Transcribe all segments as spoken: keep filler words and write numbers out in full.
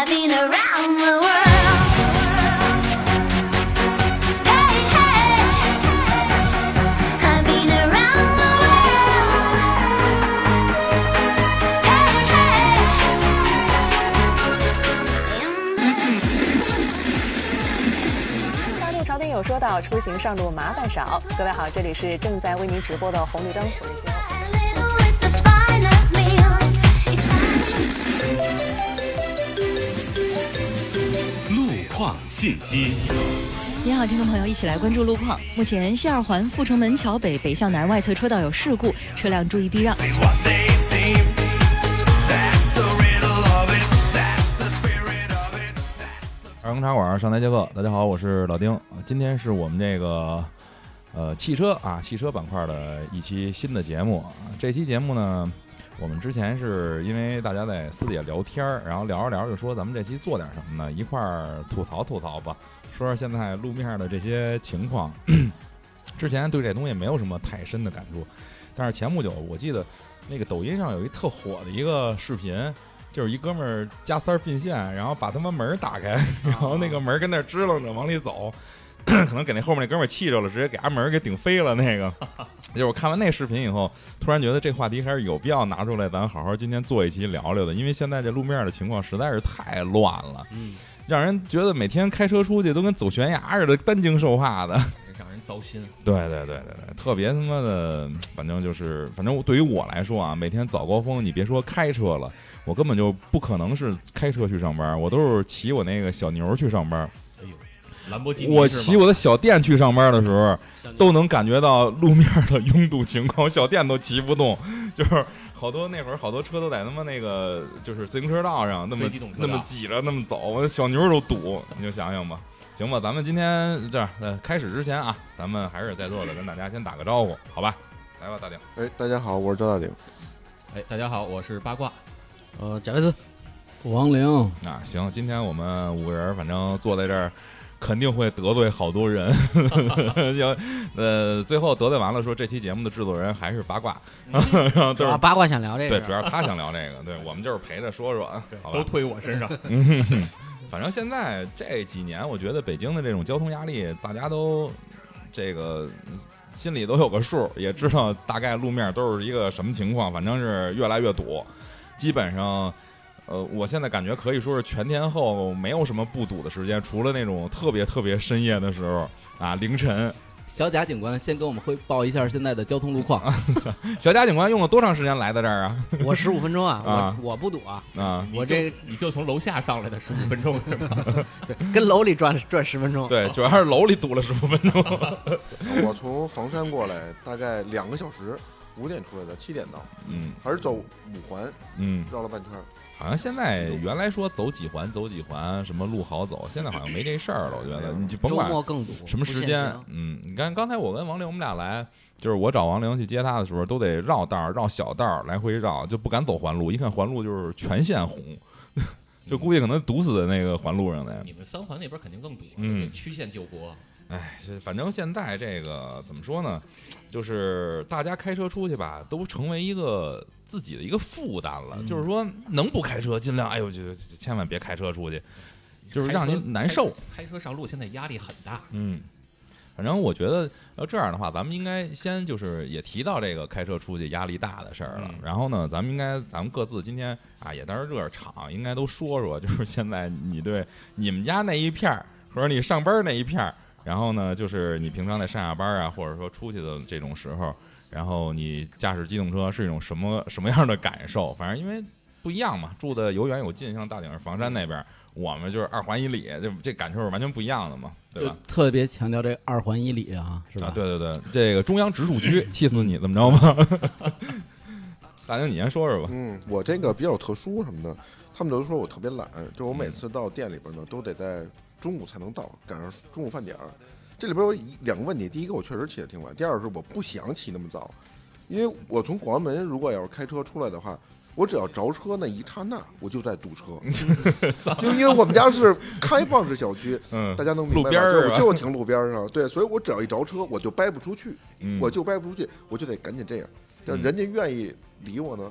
I've been around the world. Hey, hey, I've been around the world. Hey, hey. 上令朝廷有说到，出行上路麻烦少。各位好，这里是正在为您直播的红绿灯福利秀。 况信息。 您好，听众朋友，一起来关注路况。目前西二环阜成门桥北北向南外侧车道有事故，车辆注意避让。 二更茶馆上台接客，大家好，我是老丁。今天是我们这个呃汽车啊汽车板块的一期新的节目。这期节目呢，我们之前是因为大家在私底下聊天，然后聊着聊着就说咱们这期做点什么呢？一块儿吐槽吐槽吧，说说现在路面的这些情况。之前对这东西没有什么太深的感触，但是前不久我记得那个抖音上有一特火的一个视频，就是一哥们儿加塞并线，然后把他们门打开，然后那个门跟那支棱着往里走。可能给那后面那哥们儿气着了，直接给阿门给顶飞了。那个，就是我看完那视频以后，突然觉得这话题还是有必要拿出来，咱好好今天做一期聊聊的。因为现在这路面的情况实在是太乱了，嗯，让人觉得每天开车出去都跟走悬崖似的，担惊受怕的， 让人糟心。 对对对对对，特别他妈的，反正就是，反正对于我来说啊，每天早高峰，你别说开车了，我根本就不可能是开车去上班，我都是骑我那个小牛去上班。 兰博基尼， 我骑我的小电去上班的时候，都能感觉到路面的拥堵情况，小电都骑不动，就是好多那会儿好多车都在他妈那个就是自行车道上那么那么挤着那么走，我的小牛都堵，你就想想吧。行吧，咱们今天这样，呃，开始之前啊，咱们还是在座的跟大家先打个招呼，好吧？来吧，大顶。 哎，大家好，我是赵大顶。 哎，大家好，我是八卦。 呃，贾维斯，王玲。 啊，行，今天我们五个人反正坐在这儿。肯定会得罪好多人，就呃，最后得罪完了，说这期节目的制作人还是八卦，然后主要八卦想聊这个， 对，主要他想聊这个，对我们就是陪着说说，好吧， 都推我身上。 嗯，反正现在这几年，我觉得北京的这种交通压力，大家都这个心里都有个数，也知道大概路面都是一个什么情况，反正是越来越堵，基本上。呃，我现在感觉可以说是全天候没有什么不堵的时间，除了那种特别特别深夜的时候啊，凌晨。 小贾警官先给我们汇报一下现在的交通路况。 小贾警官用了多长时间来到这儿啊？ 我十五分钟啊， 啊我我不堵啊啊！ 我这你就从楼下上来的十五分钟是吧？ 对，跟楼里转转十分钟。 对，主要是楼里堵了十五分钟。 我从房山过来大概两个小时，五点出来的，七点到， 嗯， 还是走五环， 嗯， 绕了半圈。 好像现在原来说走几环走几环什么路好走，现在好像没这事儿了。我觉得你就甭管周末更堵什么时间，嗯，你看刚才我跟王玲我们俩来，就是我找王玲去接他的时候，都得绕道绕小道来回绕，就不敢走环路。一看环路就是全线红，就估计可能堵死在那个环路上的。 你们三环那边肯定更堵， 嗯， 曲线救国。 哎，反正现在这个怎么说呢，就是大家开车出去吧，都成为一个自己的一个负担了。嗯、就是说，能不开车尽量，哎呦，就千万别开车出去，就是让您难受。 开, 开车上路现在压力很大。 嗯，反正我觉得要这样的话，咱们应该先就是也提到这个开车出去压力大的事儿了。嗯、然后呢，咱们应该咱们各自今天啊也当是热场，应该都说说，就是现在你对你们家那一片儿，或者你上班那一片儿。然后呢，就是你平常在上下班啊，或者说出去的这种时候，然后你驾驶机动车是一种什么什么样的感受？反正因为不一样嘛，住的有远有近，像大顶是房山那边，我们就是二环以里，这这感受是完全不一样的嘛，对吧？ 特别强调这二环以里啊，是吧？ 啊，对对对，这个中央直属区，气死你，怎么着吗？大顶，你先说说吧。 嗯，我这个比较特殊什么的，他们都说我特别懒，就我每次到店里边呢，都得在中午才能到，赶上中午饭点儿。这里边有两个问题，第一个我确实起得挺晚，第二是我不想起那么早，因为我从广安门如果要是开车出来的话，我只要着车那一刹那我就在堵车，因为因为我们家是开放式小区，嗯，大家能明白吗？就我就停路边上，对，所以我只要一着车我就掰不出去，嗯、我就掰不出去，我就得赶紧这样，让人家愿意理我呢，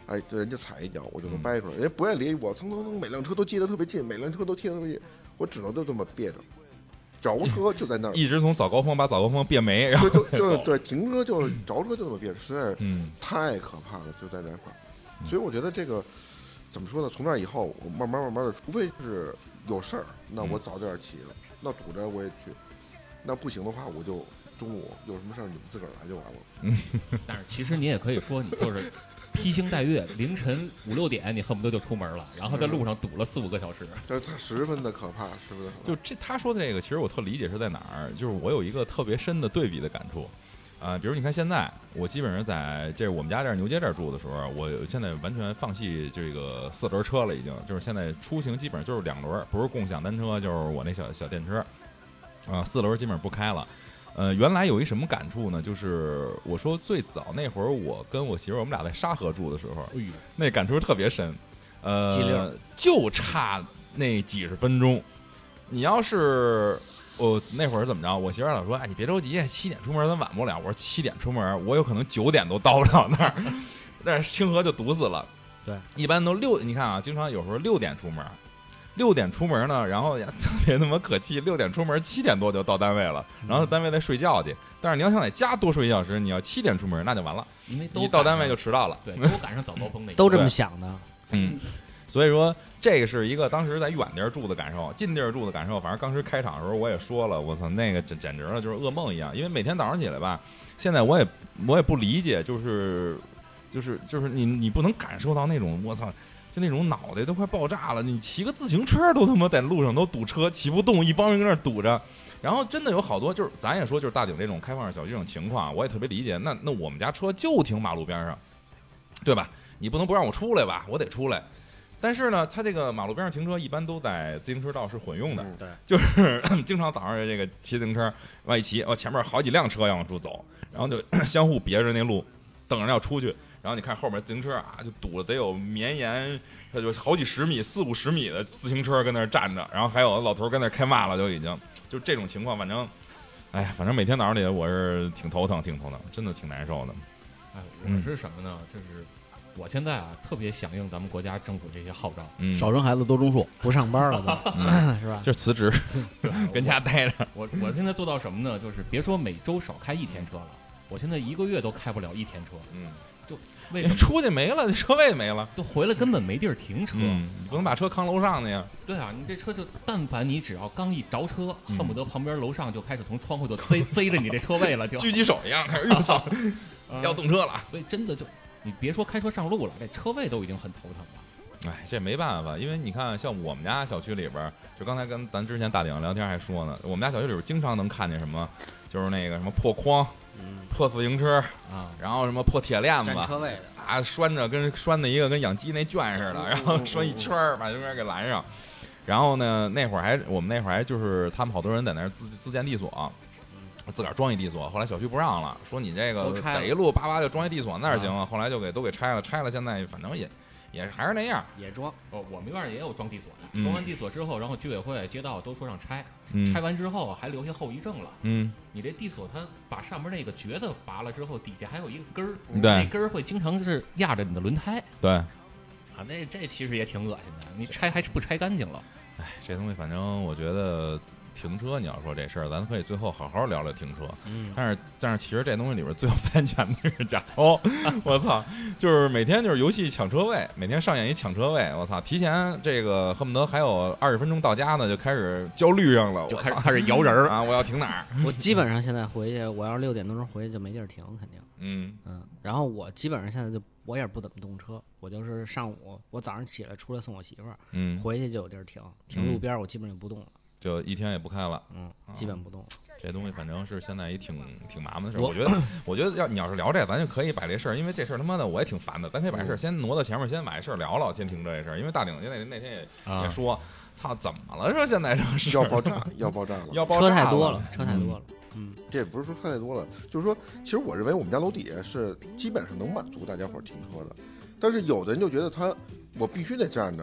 哎，人家踩一脚我就能掰出来，人家不愿意理我，蹭蹭蹭，每辆车都接得特别近，每辆车都贴得特别近，我只能就这么憋着，着车就在那儿， 一直从早高峰把早高峰憋没，然后就就就对，停车就着车就这么憋着，实在是嗯太可怕了，就在那块儿。所以我觉得这个怎么说呢？从那以后，我慢慢慢慢的，除非是有事儿，那我早点起了，那堵着我也去，那不行的话，我就中午有什么事儿你们自个儿来就完了。 但是其实你也可以说，你就是披星戴月，凌晨五六点你恨不得就出门了，然后在路上堵了四五个小时。 这它十分的可怕，十分的可怕。 就这他说的这个，其实我特理解是在哪儿，就是我有一个特别深的对比的感触。啊、比如你看现在，我基本上在这我们家这儿牛街这儿住的时候，我现在完全放弃这个四轮车了，已经就是现在出行基本上就是两轮，不是共享单车就是我那小小电车，啊、四轮基本上不开了。呃，原来有一什么感触呢？就是我说最早那会儿，我跟我媳妇儿我们俩在沙河住的时候， 哎呦， 那感触特别深。 激灵呃，就差那几十分钟，你要是。我那会儿怎么着？我媳妇儿老说：“哎，你别着急，七点出门咱晚不了。”我说：“七点出门，我有可能九点都到不了那儿，但是清河就堵死了。” 对， 一般都六，你看啊，经常有时候六点出门，六点出门呢，然后呀特别他妈可气，六点出门，七点多就到单位了，然后单位再睡觉去。但是你要想在家多睡一小时，你要七点出门那就完了， 因为都你到单位就迟到了。 对，都赶上早高峰那都这么想的。 嗯。所以说，这个是一个当时在远地儿住的感受，近地儿住的感受。反正当时开场的时候我也说了，我操，那个简简直了，就是噩梦一样。因为每天早上起来吧，现在我也我也不理解，就是就是就是你你不能感受到那种我操，就那种脑袋都快爆炸了。你骑个自行车都他妈在路上都堵车，骑不动，一帮人搁那儿堵着。然后真的有好多，就是咱也说，就是大井这种开放式小区这种情况，我也特别理解。那那我们家车就停马路边上，对吧？你不能不让我出来吧？我得出来。但是呢，它这个马路边上停车一般都在自行车道是混用的， 嗯对， 就是经常早上这个骑自行车往一骑，哦，前面好几辆车要往出走，然后就相互别着那路，等着要出去，然后你看后面自行车啊，就堵了得有绵延，它就好几十米、四五十米的自行车跟那儿站着，然后还有老头跟那儿开骂了，就已经就这种情况，反正，哎呀，反正每天早上里我是挺头疼，挺头疼，真的挺难受的。 哎，我是什么呢？就是我现在啊，特别响应咱们国家政府这些号召， 嗯， 少生孩子多种树，不上班了都， 嗯、 是吧？ 就辞职，跟家待着。 我我现在做到什么呢？就是别说每周少开一天车了，我现在一个月都开不了一天车。 嗯， 就为什么出去没了，车位没了， 就回来根本没地儿停车。 嗯，你不能把车扛楼上去呀。 对啊，你这车就但凡你只要刚一着车， 嗯、 恨不得旁边楼上就开始从窗户就贼贼着你这车位了，就狙击手一样开始用操，要动车了。 所以真的就。你别说开车上路了，这车位都已经很头疼了。 哎，这没办法，因为你看，像我们家小区里边，就刚才跟咱之前大顶聊天还说呢，我们家小区里边经常能看见什么，就是那个什么破筐、嗯、破自行车啊，然后什么破铁链子， 占车位的啊，拴着跟拴的一个跟养鸡那圈似的，然后拴一圈儿把中间给拦上。然后呢，那会儿还我们那会儿还就是他们好多人在那儿自自建地锁。自个儿装一地锁，后来小区不让了，说你这个北一路叭叭就装一地锁那儿行了，后来就给都给拆了，拆了现在反正也也还是那样， 也装。 哦，我们院也有装地锁的， 嗯、 装完地锁之后，然后居委会、街道都说让拆， 嗯、 拆完之后还留下后遗症了。 嗯， 你这地锁它把上面那个橛子拔了之后，底下还有一个根儿， 对， 那根儿会经常是压着你的轮胎。 对， 啊，那这其实也挺恶心的，你拆还是不拆干净了。 哎，这东西反正我觉得。停车，你要说这事儿，咱可以最后好好聊聊停车。嗯，但是但是其实这东西里边最有安全的是假偷。我操，就是每天就是游戏抢车位，每天上演一抢车位。我操，提前这个恨不得还有二十分钟到家呢，就开始焦虑上了， 就开始开始摇人儿啊！我要停哪儿？ 我基本上现在回去，我要是六点多钟回去就没地儿停，肯定。 嗯嗯，然后我基本上现在就我也不怎么动车，我就是上午我早上起来出来送我媳妇儿， 嗯， 回去就有地儿停，停路边我基本上就不动了。 就一天也不开了， 嗯，基本不动。 这东西反正是现在也挺挺麻烦的事儿。我觉得，我觉得要你要是聊这，咱就可以把这事儿，因为这事儿他妈的我也挺烦的，咱可以把这事儿先挪到前面，先把这事儿聊聊，先停这事儿。因为大顶现在那天也、啊、也说，操，怎么了？说现在这是要爆炸，要爆炸了， 要爆炸了， 车太多了，车太多了。嗯， 这也不是说车太多了，就是说，其实我认为我们家楼底下是基本上能满足大家伙儿停车的，但是有的人就觉得他我必须得站着。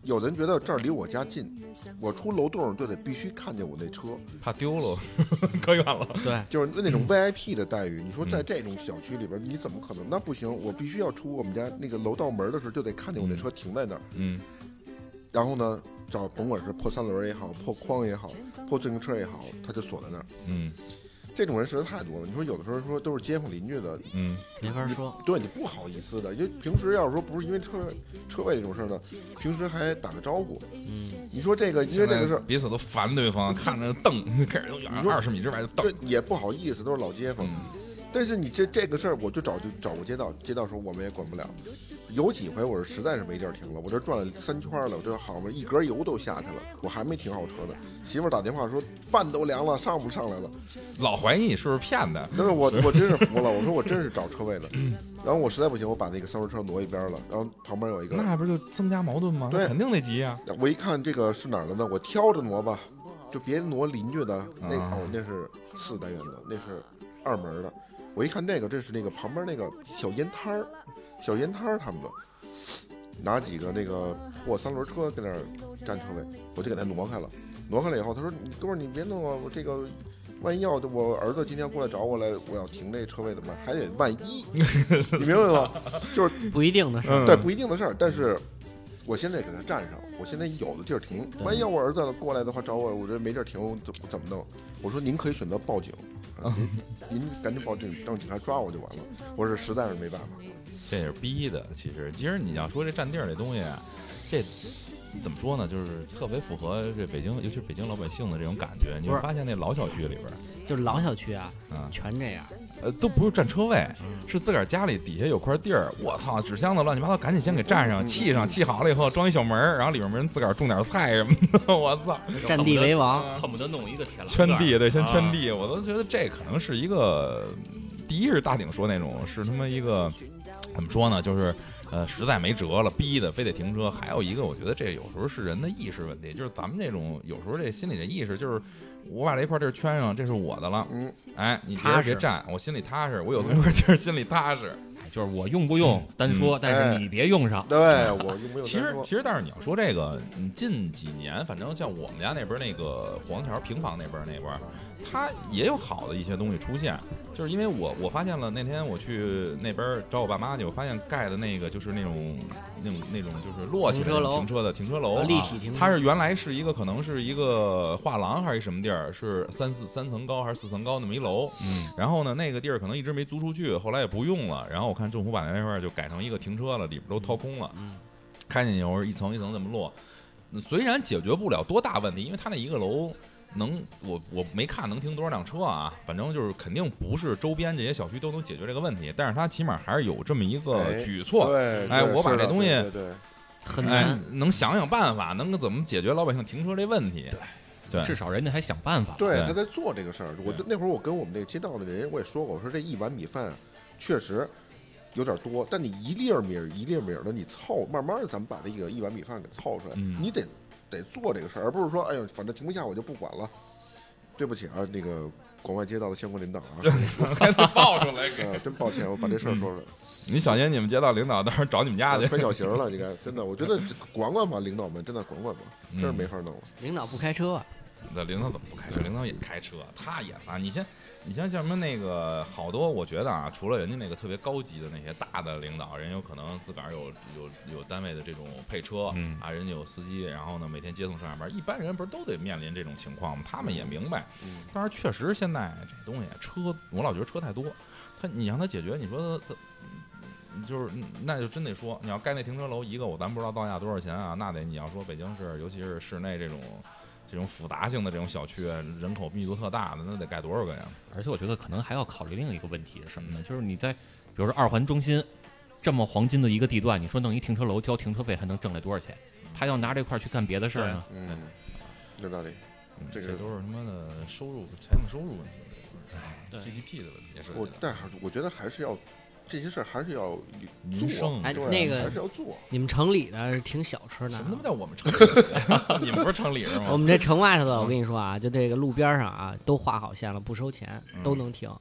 有的人觉得这儿离我家近，我出楼洞就得必须看见我那车， 怕丢了，可远了。 对， 就是那种 V I P 的待遇。你说在这种小区里边，你怎么可能？那不行，我必须要出我们家那个楼道门的时候，就得看见我那车停在那儿。 嗯， 然后呢，找甭管是破三轮也好，破筐也好，破自行车也好，他就锁在那儿。 嗯， 这种人实在太多了。你说有的时候说都是街坊邻居的， 嗯， 没法说。 对你不好意思的，因为平时要是说不是因为车车位这种事儿呢，平时还打个招呼。 嗯， 你说这个因为这个事儿， 彼此都烦对方，看着瞪，开始都远二十米之外就瞪对，也不好意思，都是老街坊。但是你这这个事儿，我就找就找过街道，街道说我们也管不了。有几回我是实在是没地儿停了，我这转了三圈了，我这好嘛一格油都下去了，我还没停好车呢。媳妇儿打电话说饭都凉了，上不上来了。 老怀疑你是不是骗的。 但是我我真是服了，我说我真是找车位的。然后我实在不行，我把那个三轮车挪一边了，然后旁边有一个， 那不就增加矛盾吗？ 对， 肯定得急呀。 我一看这个是哪儿的呢？我挑着挪吧，就别挪邻居的。那啊、 哦，那是四单元的，那是二门的。我一看这个，这是那个旁边那个小烟摊儿，小烟摊儿他们的，拿几个那个破三轮车跟那儿占车位，我就给他挪开了。挪开了以后，他说：“你哥们儿，你别弄啊，我这个万一要我儿子今天过来找我来，我要停这车位怎么办？还得万一，你明白吗？就是不一定的事儿， 对，不一定的事儿。但是我现在给他占上，我现在有的地儿停，万一要我儿子过来的话找我，我这没地儿停，怎么怎么弄？我说您可以选择报警。”您您赶紧报警，让警察抓我就完了。我是实在是没办法， 这也是逼的。其实，其实你要说这占地儿这东西，这怎么说呢？就是特别符合这北京，尤其是北京老百姓的这种感觉。你会发现那老小区里边， 就是老小区啊， 啊， 全这样。 呃，都不是占车位，是自个儿家里底下有块地儿，我操，纸箱子乱七八糟，赶紧先给占上，砌上，砌好了以后装一小门，然后里面人自个儿种点菜什么的，我操， 占地为王， 恨不得弄一个铁栏圈地，对，先圈地， 啊、 我都觉得这可能是一个，第一是大顶说那种是他妈一个怎么说呢，就是呃实在没辙了，逼的非得停车，还有一个我觉得这有时候是人的意识问题，就是咱们这种有时候这心里的意识就是。我把这块地儿圈上，这是我的了。嗯，哎，你别别占，我心里踏实。我有这块地儿，心里踏实。 就是我用不用单说， 嗯、 但是你别用上。 对，我用不用？ 其实其实，但是你要说这个，近几年，反正像我们家那边那个黄条平房那边那边，它也有好的一些东西出现。就是因为我我发现了，那天我去那边找我爸妈去，我发现盖的那个就是那种那种那种就是摞起来停车的停车楼， 立体停车。 它是原来是一个可能是一个画廊还是什么地儿，是三四三层高还是四层高那么一楼。嗯，然后呢，那个地儿可能一直没租出去，后来也不用了。然后我看政府把那块儿就改成一个停车了，里边都掏空了。嗯，开进去后一层一层这么摞，虽然解决不了多大问题，因为它那一个楼。能我我没看能停多少辆车啊，反正就是肯定不是周边这些小区都能解决这个问题，但是它起码还是有这么一个举措。 对， 哎，我把这东西对对很难能想想办法，能怎么解决老百姓停车这问题。 对，对，至少人家还想办法。 对，他在做这个事儿。我那会儿我跟我们这个街道的人我也说过，我说这一碗米饭确实有点多，但你一粒米一粒米的你凑，慢慢的咱们把这个一碗米饭给凑出来， 嗯、 你得。得做这个事儿，而不是说，哎呦，反正停不下我就不管了。对不起啊，那个广外街道的相关领导啊， 还得报出来给、 呃，真抱歉，我把这事儿说出来。 你小心你们街道领导到时候找你们家去， 穿小鞋了，你看，真的，我觉得管管吧，领导们真的管管吧，真是没法弄了。 领导不开车啊？ 那领导怎么不开车？领导也开车，他也啊，你先。你像像什么那个好多，我觉得啊，除了人家那个特别高级的那些大的领导，人有可能自个儿有有有单位的这种配车，嗯啊，人家有司机，然后呢每天接送上下班，一般人不是都得面临这种情况吗？他们也明白，嗯、但是确实现在这东西车，我老觉得车太多，他你让他解决，你说他。就是那就真得说，你要盖那停车楼一个，我咱不知道到价多少钱啊？那得你要说北京市，尤其是市内这种。这种复杂性的这种小区，人口密度特大的，那得盖多少个呀？ 而且我觉得可能还要考虑另一个问题是什么呢？就是你在比如说二环中心这么黄金的一个地段，你说弄一停车楼交停车费还能挣来多少钱？他要拿这块去干别的事儿呢？ 嗯，有道理。 这个都是他妈的收入、财政收入问题，G D P 的问题也是。 我但是我觉得还是要。这些事儿还是要做， 哎，那个还是要做。 你们城里的是停小车呢？ 什么他妈叫我们城里？你们不是城里是吗？ 我们这城外头的，我跟你说啊，就这个路边上啊，都画好线了，不收钱，都能停。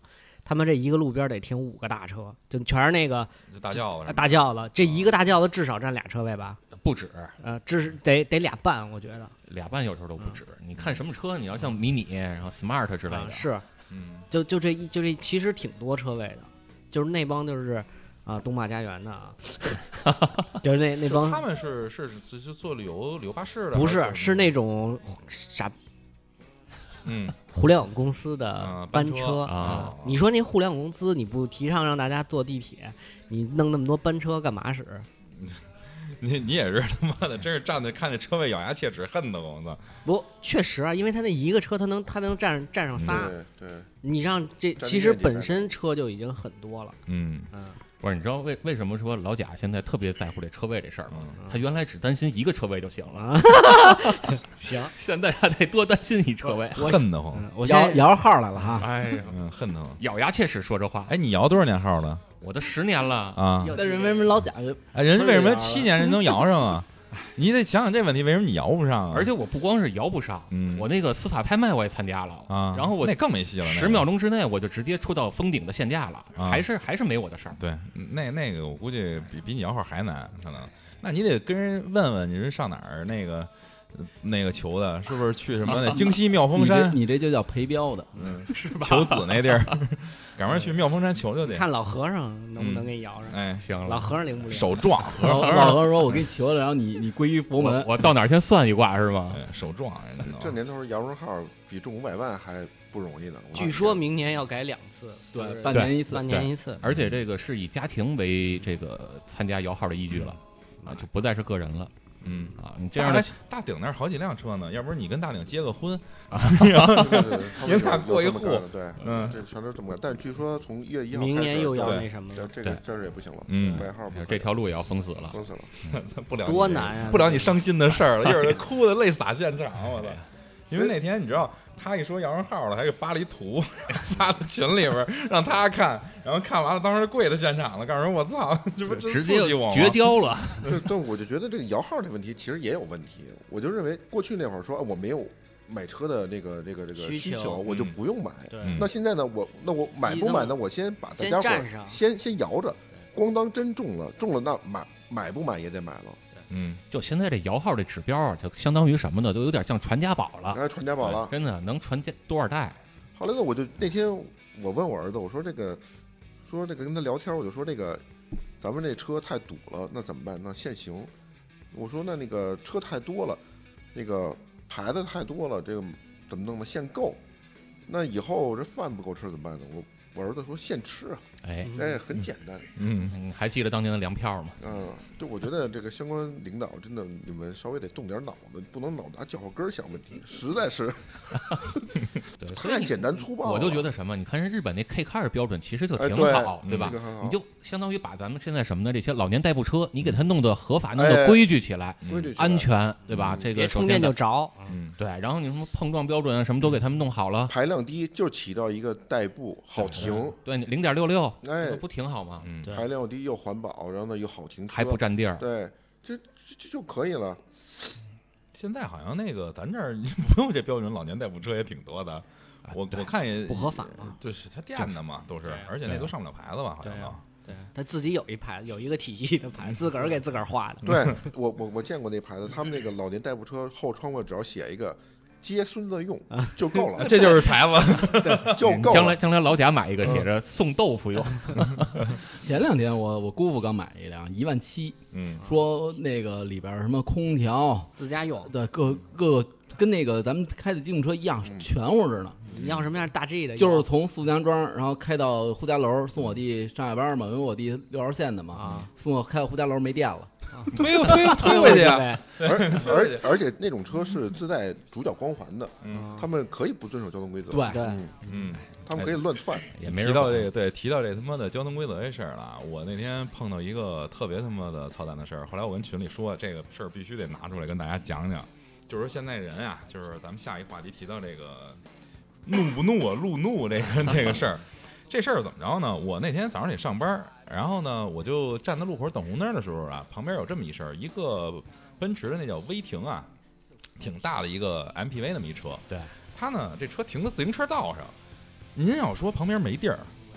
他们这一个路边得停五个大车，就全是那个就大轿子是吧， 大轿子，这一个大轿子至少占俩车位吧？ 不止呃，至得得俩半，我觉得。 俩半有时候都不止。你看什么车？你要像迷你，然后 Smart 之类的， 啊是， 嗯， 就就这一就这其实挺多车位的，就是那帮就是啊东马家园的啊，就是那那帮他们是是是是做旅游旅游巴士的， 不是还是那种傻嗯互联网公司的啊班班车啊你说那互联网公司你不提倡让大家坐地铁，你弄那么多班车干嘛使？ 你你也是他妈的，真是站着看着车位咬牙切齿，恨得我操！ 不，确实啊，因为他那一个车他能他能站站上仨， 对对， 你让这占地其实面积大本身车就已经很多了， 嗯嗯， 不是？你知道为为什么说老贾现在特别在乎这车位这事儿吗？ 嗯他原来只担心一个车位就行了， 啊，行， 现在还得多担心一车位， 我恨得慌， 嗯我现在摇摇号来了哈。 哎呀， 嗯，恨得慌。 咬牙切齿说这话。 哎，你摇多少年号了我都十年了， 啊？ 那人为什么老贾就哎，人为什么七年人能摇上啊？你得想想这问题，为什么你摇不上啊？ 而且我不光是摇不上， 嗯我那个司法拍卖我也参加了啊， 然后我那更没戏了，那个十秒钟之内我就直接出到封顶的限价了， 啊还是还是没我的事儿。 对，那那个我估计比比你摇号还难，可能。那你得跟人问问，你是上哪儿那个那个求的，是不是去什么那京西妙峰你这山你这就叫陪标的， 嗯求子那地儿，赶快去妙峰山求求去。 看老和尚能不能给你摇上， 哎， 行了， 老和尚灵不灵？ 手壮， 老老和说：“我给你求了，然后你你皈依佛我门。 我到哪儿先算一卦是吗？ 哎手壮，人家这年头摇上号比中五百万还不容易呢。我据说明年要改两次， 对就是半年一次半年一次， 而且这个是以家庭为这个参加摇号的依据了，啊，就不再是个人了嗯。 啊。你这样的大大顶那儿好几辆车呢，要不是你跟大顶结个婚， 对对对他们人家有过一户有这么干的对， 嗯这全都是这么干。但据说从一月一号明开始年又要对那什么了， 这这个对这儿也不行了， 嗯买号不可以这条路也要封死了。 封死了。 不了多难啊！ 不了你伤心的事儿了，一会儿哭的泪洒现场，我操！因为那天你知道，他一说摇上号了，还给发了一图，发到群里边让他看，然后看完了，当时跪在现场了，告诉人我操，这不直接刺激我吗绝交了， 对，但我就觉得这个摇号这问题其实也有问题。我就认为过去那会儿说，啊我没有买车的这个这个这个需求求，我就嗯不用买。 对嗯那现在呢，我那我买不买呢？我先把大先家伙站上儿先先摇着，咣当真中了，中了那买买不买也得买了。 嗯， 就现在这摇号这指标啊，就相当于什么呢？都有点像传家宝了， 哎，传家宝了。 真的能传家多少代？ 后来呢，我就那天我问我儿子，我说这个，说这个跟他聊天，我就说这个，咱们这车太堵了，那怎么办？那限行。我说那那个车太多了，那个牌子太多了，这个怎么弄呢？限购。那以后这饭不够吃怎么办呢？我我儿子说限吃啊， 哎， 哎，很简单。 嗯， 你还记得当年的粮票吗？ 嗯，对，我觉得这个相关领导真的，你们稍微得动点脑子，不能老拿脚后跟儿想问题，实在是对，所以你太简单粗暴了。 我就觉得什么，你看人日本那 K Car 标准其实就挺哎对好，对吧这？个很好你就相当于把咱们现在什么的这些老年代步车，你给它弄得合法，弄哎得规矩起来， 规矩起来安全，对吧？ 嗯这别充电个首先的就着， 嗯， 对，然后你什么碰撞标准啊，什么都给他们弄好了， 排量低，就起到一个代步好停， 对，零点六六， 哎那不挺好吗？ 嗯， 对排量低又环保，然后呢又好停车， 还不占地儿， 对，这这这就可以了。 现在好像那个咱这儿不用这标准，老年代步车也挺多的。我我看也不合法嘛， 就是他电的嘛，都是，而且那都上不了牌子吧，好像都对啊。对他自己有一牌，有一个体系的牌，自个儿给自个儿画的。 对我我我见过那牌子，他们那个老年代步车后窗户只要写一个接孙子用就够了， 这就是牌子， 就够了。 将来将来老贾买一个写着送豆腐用， 前两天我我姑父刚买一辆一万七， 嗯， 说那个里边什么空调， 自家用， 对，各各跟那个咱们开的机动车一样，全乎着呢。 你要什么样大 G 的？ 就是从苏家庄，然后开到呼家楼送我弟上下班嘛，因为我弟六号线的嘛， 啊， 送我开到呼家楼没电了， 推推推回去啊， 呗。 而而而且那种车是自带主角光环的， 嗯他们可以不遵守交通规则， 对对嗯， 嗯。 他们可以乱窜。 也没人管提到这个，对，提到这他妈的交通规则这事儿了啊。我那天碰到一个特别他妈的操蛋的事儿，后来我跟群里说，这个事儿必须得拿出来跟大家讲讲。就是说现在人啊，就是咱们下一话题提到这个怒不怒啊，路怒这个这个事儿，这事儿怎么着呢？我那天早上得上班，然后呢，我就站在路口等红灯的时候啊，旁边有这么一事儿，一个奔驰的那叫威霆啊，挺大的一个 M P V 那么一车， 对， 它呢这车停在自行车道上。您要说旁边没地儿，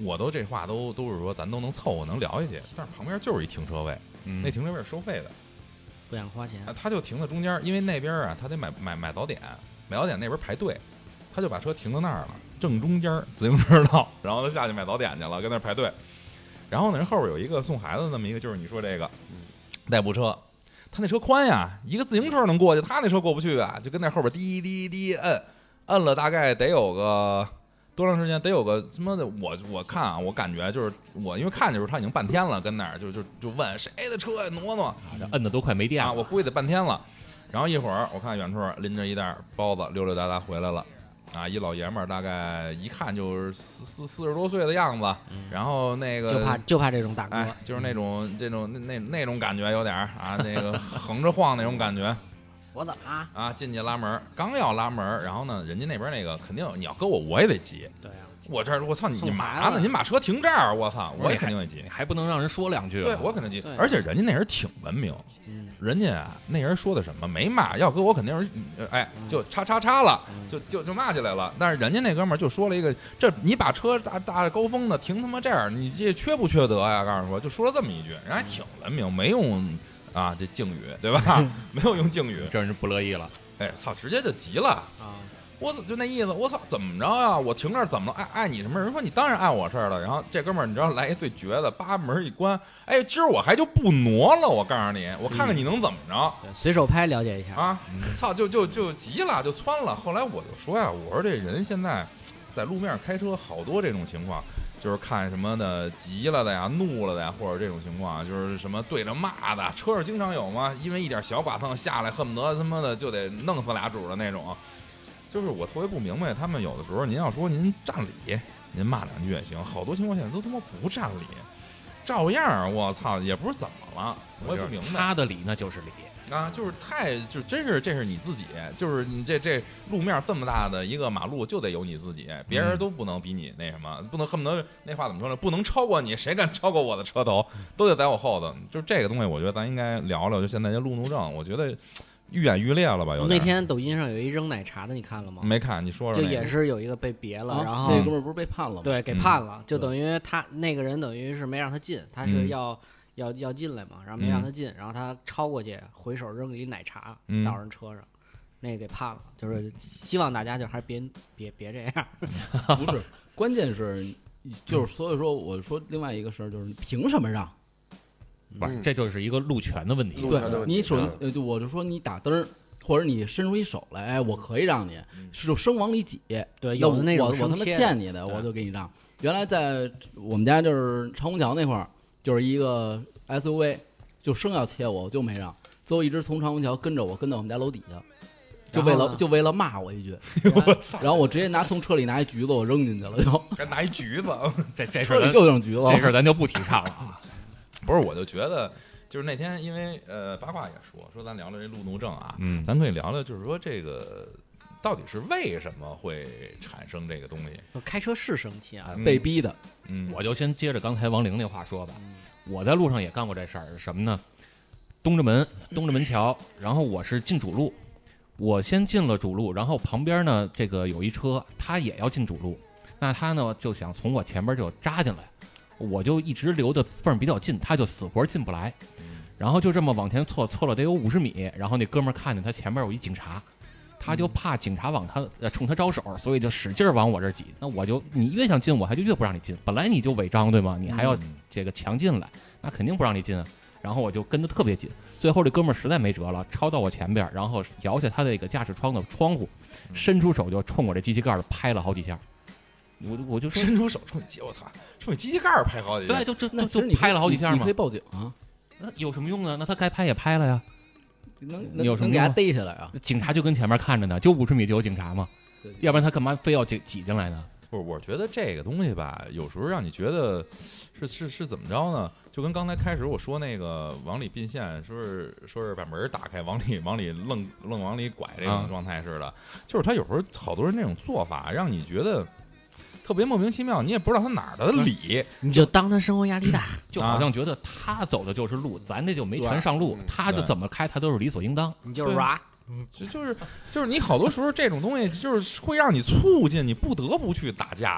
我都这话都都是说咱都能凑合能聊下去，但是旁边就是一停车位， 嗯那停车位是收费的， 不想花钱啊，他就停在中间，因为那边啊他得买买买早点，买早点那边排队，他就把车停到那儿了，正中间自行车道，然后他下去买早点去了，跟那儿排队。然后呢，人后边有一个送孩子的那么一个，就是你说这个代步车，他那车宽呀，一个自行车能过去，他那车过不去啊，就跟那后边滴滴滴摁，摁了大概得有个多长时间？得有个什么的，我我看啊，我感觉就是我因为看的时候他已经半天了，跟那儿就就就问谁的车呀，挪挪， 这摁的都快没电啊， 了。 我估计得半天了。然后一会儿我看远处拎着一袋包子，溜溜达达回来了。啊，一老爷们儿，大概一看就是四四四十多岁的样子， 嗯、 然后那个就怕就怕这种大哥， 哎、就是那种、嗯、这种那那那种感觉有点啊，那个横着晃那种感觉。 我怎么了？ 啊，进去拉门，刚要拉门，然后呢，人家那边那个肯定你要搁我，我也得急。 对呀、啊， 我这我操你你嘛呢？您把车停这儿，我操，我也肯定得急， 还不能让人说两句。 对，我肯定急。而且人家那人挺文明， 嗯， 人家啊那人说的什么没骂，要搁我肯定是哎就叉叉叉了， 嗯、 就就就骂起来了。但是人家那哥们儿就说了一个，这你把车大大高峰的停他妈这儿，你这缺不缺德呀？告诉说就说了这么一句，人还挺文明，没用啊这敬语对吧？没有用敬语， 这人不乐意了。 哎操，直接就急了啊！ 我就那意思，我操，怎么着呀？我停这儿怎么了？碍碍你什么？人说你当然碍我事儿了。然后这哥们儿，你知道来一最绝的，叭门一关，哎，今儿我还就不挪了。我告诉你，我看看你能怎么着。 嗯、随手拍了解一下啊！操，就就就急了，就窜了。后来我就说呀，我说这人现在在路面上开车，好多这种情况。就是看什么的急了的呀、怒了的呀，或者这种情况，就是什么对着骂的，车上经常有嘛，因为一点小剐蹭下来，恨不得他妈的就得弄死俩主的那种。就是我特别不明白，他们有的时候您要说您占理，您骂两句也行，好多情况下都他妈不占理，照样我操也不是怎么了，我也不明白。 他的理那就是理。 啊，就是太就真是这是你自己，就是你这这路面这么大的一个马路，就得有你自己，别人都不能比你那什么，不能恨不得那话怎么说呢？不能超过你，谁敢超过我的车头，都得在我后头。就这个东西，我觉得咱应该聊聊。就现在这路怒症，我觉得愈演愈烈了吧？有那天抖音上有一扔奶茶的，你看了吗？ 没看，你说说、那个。 就也是有一个被别了， 啊、 然后那哥们儿不是被判了吗？ 对，给判了， 嗯、 就等于他那个人等于是没让他进，他是要。嗯要要进来嘛，然后没让他进，嗯、然后他超过去，回手扔了一奶茶嗯、 到人车上，那个给判了。就是希望大家就还是别别别这样。 不是，关键是就是所以说我说另外一个事儿就是凭什么让？ 不是，这就是一个路权的问题。 对，你首先呃，就我就说你打灯儿。或者你伸出一手来，哎，我可以让你，是就生往里挤。 对，有的那种我我他妈欠你的，我就给你让。原来在我们家就是长虹桥那块儿。就是一个 S U V， 就生要切我，我就没让，最后一直从长虹桥跟着我，跟到我们家楼底下，就为了就为了骂我一句，然后我直接拿从车里拿一橘子我扔进去了，就还拿一橘子， 这这车里就剩橘子， 这事儿咱就不提倡了啊。 不是，我就觉得就是那天因为呃八卦也说说咱聊聊这路怒症啊， 嗯， 咱可以聊聊就是说这个。到底是为什么会产生这个东西？ 开车是生气啊， 被逼的。 嗯， 我就先接着刚才王玲那话说吧。我在路上也干过这事儿，什么呢？东直门，东直门桥，然后我是进主路，我先进了主路，然后旁边呢，这个有一车，他也要进主路，那他呢就想从我前边就扎进来，我就一直留的缝比较近，他就死活进不来，然后就这么往前错，错了得有五十米，然后那哥们儿看见他前面有一警察。他就怕警察往他呃冲他招手，所以就使劲往我这儿挤。那我就你越想进，我还就越不让你进。本来你就违章对吗？你还要这个强进来，那肯定不让你进啊。然后我就跟得特别紧，最后这哥们儿实在没辙了，超到我前边，然后摇下他这个驾驶窗的窗户，伸出手就冲我这机器盖儿拍了好几下。我我就说伸出手冲你机，我操，冲你机器盖儿拍好几下。 对，就就那就拍了好几下嘛。 你可以报警啊。 那有什么用呢？那他该拍也拍了呀。 能有什么能给他逮下来啊？ 警察就跟前面看着呢，就五十米就有警察嘛，要不然他干嘛非要挤挤进来呢？ 不是，我觉得这个东西吧，有时候让你觉得是是是怎么着呢？就跟刚才开始我说那个往里并线，说是说是把门打开，往里往里愣愣往里拐这种状态似的，嗯、就是他有时候好多人那种做法，让你觉得。特别莫名其妙，你也不知道他哪儿的理， 你就当他生活压力大， 就好像觉得他走的就是路，咱这就没权上路，他就怎么开他都是理所应当， 你就是哇， 就就是就是你好多时候这种东西就是会让你促进你不得不去打架，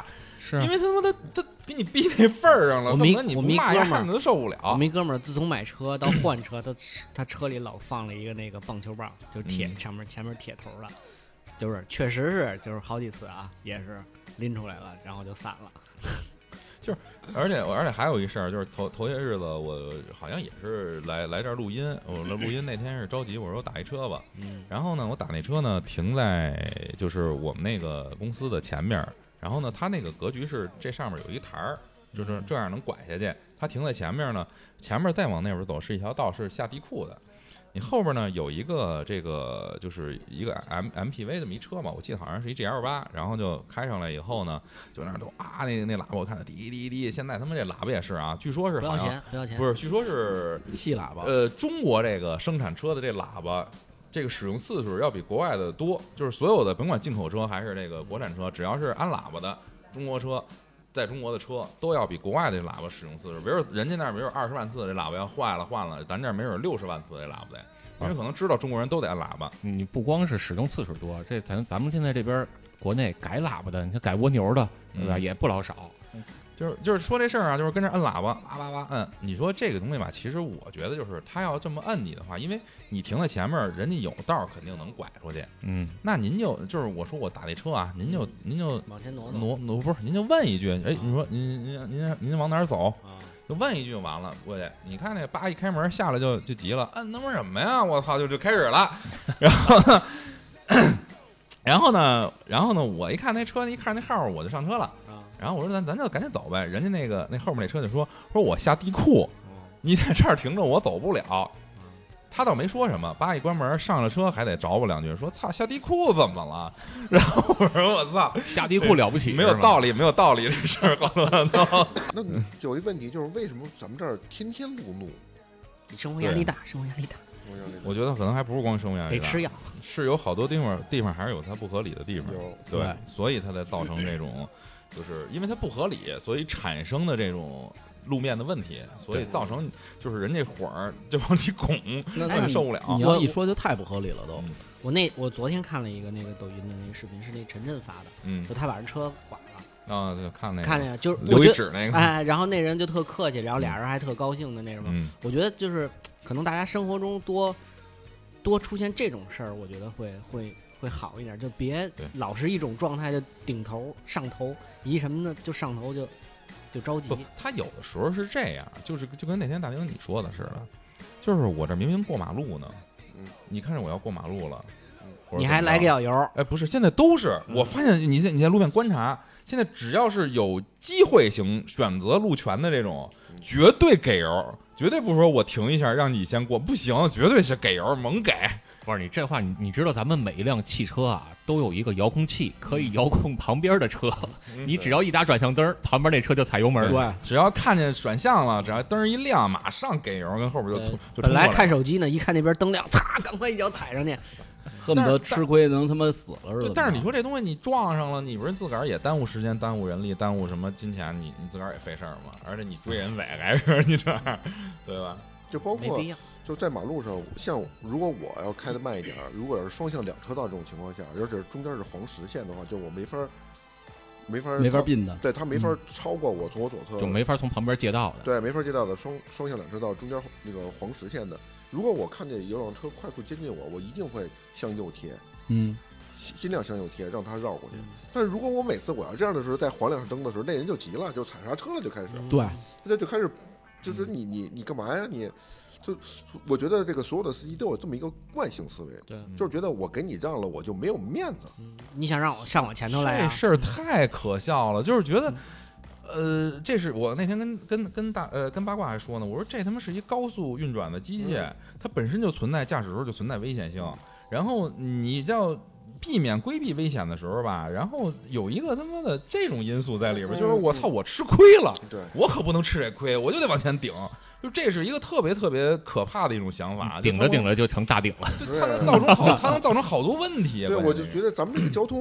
是啊因为他妈的他给你逼那份儿上了， 我们一恨不得你我们一不骂哥们儿人他都受不我了。 们一哥们儿自从买车到换车，他他车里老放了一个那个棒球棒，就是铁嗯上面前面铁头的，就是确实是就是好几次啊，也是拎出来了，然后就散了。 而且而且还有一事儿，就是头头些日子我好像也是来来这儿录音，我来录音那天是着急，我说我打一车吧， 嗯， 然后呢，我打那车呢停在就是我们那个公司的前面，然后呢，它那个格局是这上面有一台儿，就是这样能拐下去。它停在前面呢，前面再往那边走是一条道，是下地库的。你后边呢有一个这个就是一个 M M P V 这么一车嘛，我记得好像是一 G L 八，然后就开上来以后呢，就那都啊那那喇叭我看着滴滴滴，现在他们这喇叭也是啊，据说是不要好像钱，不要钱， 不是，据说是气喇叭， 呃，中国这个生产车的这喇叭，这个使用次数要比国外的多。就是所有的，甭管进口车还是这个国产车，只要是安喇叭的中国车，在中国的车都要比国外的这喇叭使用次数。比如人家那儿没有二十万次，这喇叭要坏了换了，咱这儿没有六十万次这喇叭得，因为可能知道中国人都得按喇叭。 你不光是使用次数多，这咱咱们现在这边国内改喇叭的，你看改蜗牛的，对吧？ 嗯也不老少。 就是就是说这事儿啊，就是跟这摁喇叭，叭叭叭摁。你说这个东西吧，其实我觉得就是他要这么摁你的话，因为你停在前面，人家有道儿肯定能拐出去。 嗯， 那您就就是我说我打那车啊，您就您就往前挪挪挪挪不是，您就问一句，哎，你说您您您您往哪儿走？ 啊， 就问一句就完了。过去，你看那叭一开门下来就就急了，摁他妈什么呀？我操，就就开始了。然后呢，然后呢，然后呢，我一看那车，一看那号，我就上车了。 啊， 然后我说咱咱就赶紧走呗。人家那个那后面那车就说说我下地库， 哦你在这儿停着我走不了。他倒没说什么，叭一关门上了车还得找我两句，说操下地库怎么了？然后我说我操下地库了不起， 没有道理，没有道理这事儿，好多人都。 那有一问题就是为什么咱们这儿天天路怒？ 你生活压力大，生活压力大， 我想我觉得可能还不是光生活压力大， 得吃药。 是有好多地方地方还是有它不合理的地方， 有对， 对所以它才造成这种，就是因为它不合理，所以产生的这种路面的问题，所以造成就是人这火儿就往起拱， 那他也受不了。 你要一说就太不合理了都。 嗯我那我昨天看了一个那个抖音的那个视频，是那陈震发的， 嗯就他把人车划了， 啊，就看那个看见就是留我觉得一指那个， 哎，然后那人就特客气，然后俩人还特高兴的那什么。 嗯， 我觉得就是可能大家生活中多多出现这种事儿，我觉得会会会好一点，就别对老是一种状态，就顶头上头，一什么呢就上头就就着急不。，他有的时候是这样，就是就跟那天大丁你说的似的，就是我这明明过马路呢， 嗯， 你看着我要过马路了， 嗯或者你还怎么着来个咬油， 哎，不是，现在都是嗯我发现你在你在路边观察，现在只要是有机会型选择路权的这种， 嗯绝对给油，绝对不说我停一下让你先过，不行，绝对是给油猛给。 不是你这话，你你知道咱们每一辆汽车啊都有一个遥控器，可以遥控旁边的车。你只要一打转向灯，旁边那车就踩油门。 对， 只要看见转向了，只要灯一亮，马上给油，跟后边就对冲就本来冲过看手机呢，一看那边灯亮，嚓，赶快一脚踩上去。 恨不得吃亏能他妈死了似的。， 对但是你说这东西你撞上了，你不是自个儿也耽误时间、耽误人力、耽误什么金钱，你你自个儿也费事儿吗？而且你追人尾还是你这儿，对吧？ 就包括没必要。 就在马路上，像如果我要开的慢一点儿，如果要是双向两车道这种情况下，而且中间是黄实线的话，就我没法儿没法儿没法他并的。 对他没法儿超过我从我左侧就没法从旁边借道的。 对没法儿接到的双双向两车道中间那个黄实线的。如果我看见有辆车快速接近我，我一定会向右贴， 嗯， 尽量向右贴，让他绕过去嗯。 但是如果我每次我要这样的时候，在黄亮灯的时候，那人就急了，就踩刹车了，就开始， 对， 那就开始，就是你你你干嘛呀？你就我觉得这个所有的司机都有这么一个惯性思维， 对， 就是觉得我给你让了，我就没有面子。 嗯你想让我上我前头来啊？ 这事儿太可笑了，就是觉得，呃，这是我那天跟跟跟大呃跟八卦还说呢，我说这他妈是一高速运转的机械，它本身就存在驾驶时候就存在危险性，然后你要避免规避危险的时候吧，然后有一个他妈的这种因素在里边， 嗯就是我操，我吃亏了， 对， 我可不能吃这亏，我就得往前顶。就这是一个特别特别可怕的一种想法， 顶着顶着就成大顶了。 着，它能造成好，它能造成好多问题。 对， 关键是我就觉得咱们这个交通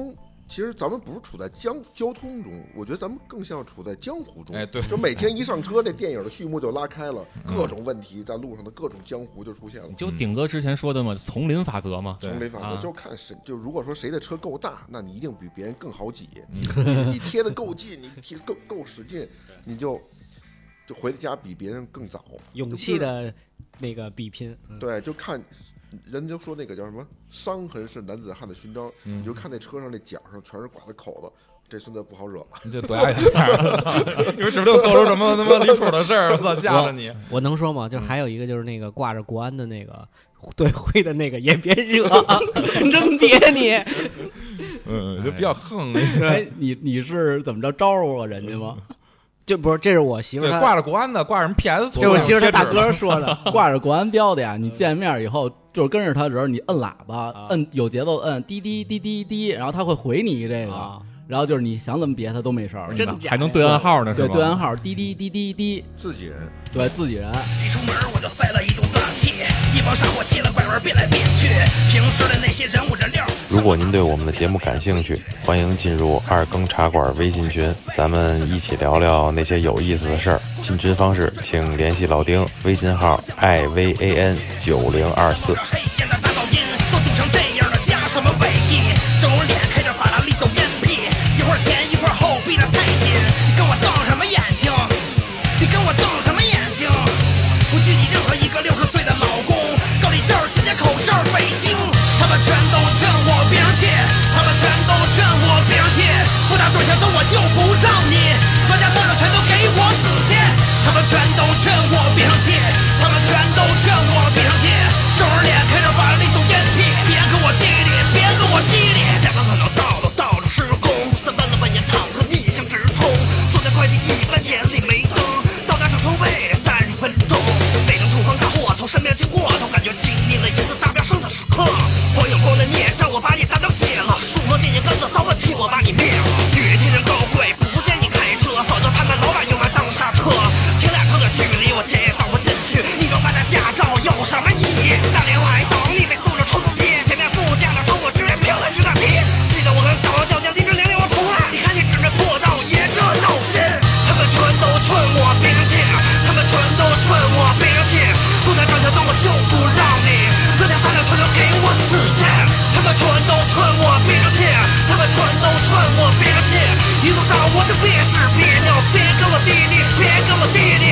其实咱们不是处在江交通中，我觉得咱们更像处在江湖中。 哎，对， 就每天一上车，这电影的序幕就拉开了，各种问题在路上的各种江湖就出现了。 就顶哥之前说的嘛，丛林法则嘛， 丛林法则啊就看谁，就如果说谁的车够大，那你一定比别人更好挤。你你贴的够近，你贴够够使劲，你就就回家比别人更早。 勇气的那个比拼，嗯对，就看人就说那个叫什么伤痕是男子汉的勋章， 嗯你就看那车上那角上全是刮的口子，这孙子不好惹了。 你就多压一点儿，我操！你说指不定做出什么他妈离谱的事儿，我操，吓着你！ 我能说吗？就是还有一个就是那个挂着国安的那个队徽的那个也别惹，真别你。 嗯，就比较横。 哎，你你是怎么着招呼过人家吗？ 这不是，这是我媳妇对， 她， 挂着国安的，挂着什么 P S， 这是我媳妇她大哥说的。 挂着国安标的呀，你见面以后就是跟着他的时候，你摁喇叭， 啊摁有节奏，摁滴滴滴滴滴，然后他会回你一这个， 啊然后就是你想怎么别他都没事儿， 真的假的还能对暗号呢，是对， 吧？ 对暗号滴滴滴滴滴， 自己人， 对自己人。 一出门我就塞了一肚脏气，一帮傻货气了拐弯变来变去，平时的那些人物人料。 如果您对我们的节目感兴趣，欢迎进入二更茶馆微信群，咱们一起聊聊那些有意思的事儿。进群方式请联系老丁，微信号 i v a n 九零二四。 黑烟的大噪音都堵成这样了，加什么尾翼？整容脸开着法拉利走烟屁，一会儿前一会儿后逼得太紧，你跟我瞪什么眼睛？你跟我瞪什么眼睛？不惧你任何一个六十岁的老公，高丽这儿新街口这儿北京，他们全都劝我别生气，他们全都劝我别生气，不打对象的我就不让你，国家算了全都给我死去，他们全都劝我别生气，他们全都劝我别生气，整容脸开着法拉利走烟屁，别跟我弟弟，别跟我弟弟，下班可能到了到了施工，三班的半夜躺着逆向直冲，送的快递一般眼里没灯，到达整车位三十分钟，北京土方大货从身边经过，都感觉经历了一次大飙升的时刻，黄有光的孽障我把你大刀卸了，数落电线杆子早晚替我把你灭了，与天人高贵不建议开车，否则他们老板用来当刹车，停两车的距离我接到不进去，你说买的驾照有什么意义？大连我还等你被送着出租机，前面副驾的冲我直接飘来去那皮，记得我跟导游较劲，林志玲令我痛爱，你看你指着破道也这闹心，他们全都劝我别生气，他们全都劝我别生气，不打转向灯我就不让你，哥俩三两全都给我死去，他们全都劝我别生气，他们全都劝我别生气，一路上我就别是别扭，别跟我弟弟，别跟我弟弟。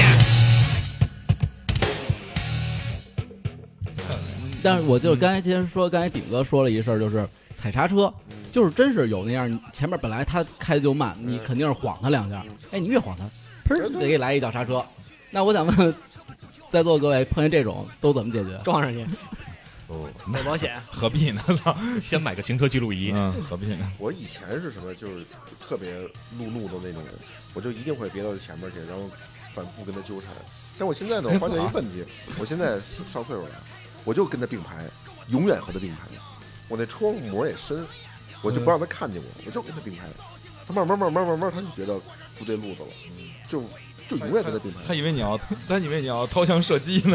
但是我就刚才先说，刚才顶哥说了一事儿，就是踩刹车，就是真是有那样，前面本来他开的就慢，你肯定是晃他两下，哎，你越晃他，砰，得给你来一脚刹车。那我想问，在座各位碰见这种都怎么解决？ 撞上去， 哦， 买保险。 何必呢？操， 先买个行车记录仪。 嗯，何必呢？ 我以前是什么，就是特别路怒的那种人，我就一定会别到前面去，然后反复跟他纠缠。但我现在呢，我发现一问题，我现在上岁数了，我就跟他并排，永远和他并排。我那窗户膜也深，我就不让他看见我，我就跟他并排。他慢慢慢慢慢慢，他就觉得不对路子了，就就永远跟他并排。 他以为你要，他以为你要掏枪射击呢，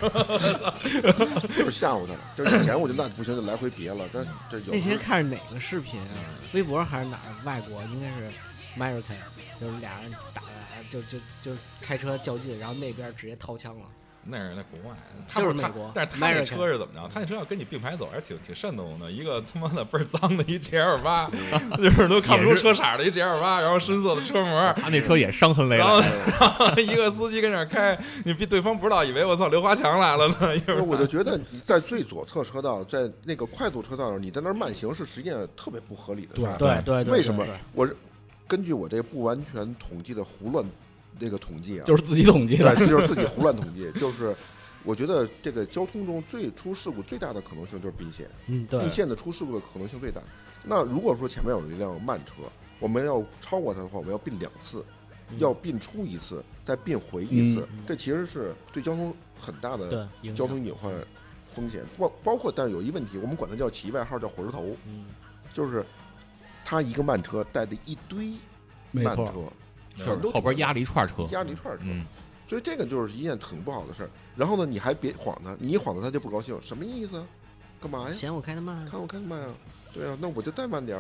就是吓唬他。就是以前我就那不行，就来回别了。但这有那天看着哪个视频啊？微博还是哪儿？外国应该是 American， 就是俩人打的，就就就开车较劲，然后那边直接掏枪了。 那是那国外，他不他就是美国但是他那 American 车是怎么着？他那车要跟你并排走，还是挺挺瘆得慌的。一个他妈的倍儿脏的一 G L 八，就是都看不出车色的一 G L 八，然后深色的车膜， 他那车也伤痕累然后累。 然后一个司机跟那儿开，你比对方不知道，以为我操刘华强来了呢。一会儿我就觉得你在最左侧车道，在那个快速车道上，你在那儿慢行是实际上特别不合理的事儿。 对对对， 为什么对对？ 我是根据我这个不完全统计的胡乱这个统计啊， 就是自己统计的， 对，就是自己胡乱统计，就是我觉得这个交通中最出事故最大的可能性就是并线， 嗯，对并，线的出事故的可能性最大。那如果说前面有一辆慢车，我们要超过它的话，我们要并两次，要并出一次，再并回一次， 嗯这其实是对交通很大的对影响交通隐患风险。包包括，但是有一问题，我们管它叫起外号叫火车头， 嗯， 就是它一个慢车带着一堆没错， 慢车，全都后边压了一串车， 压了一串车， 嗯， 所以这个就是一件挺不好的事儿。然后呢，你还别晃他，你一晃他他就不高兴，什么意思啊？干嘛呀？ 嫌我开的慢， 看我开的慢啊？对啊，那我就再慢点儿。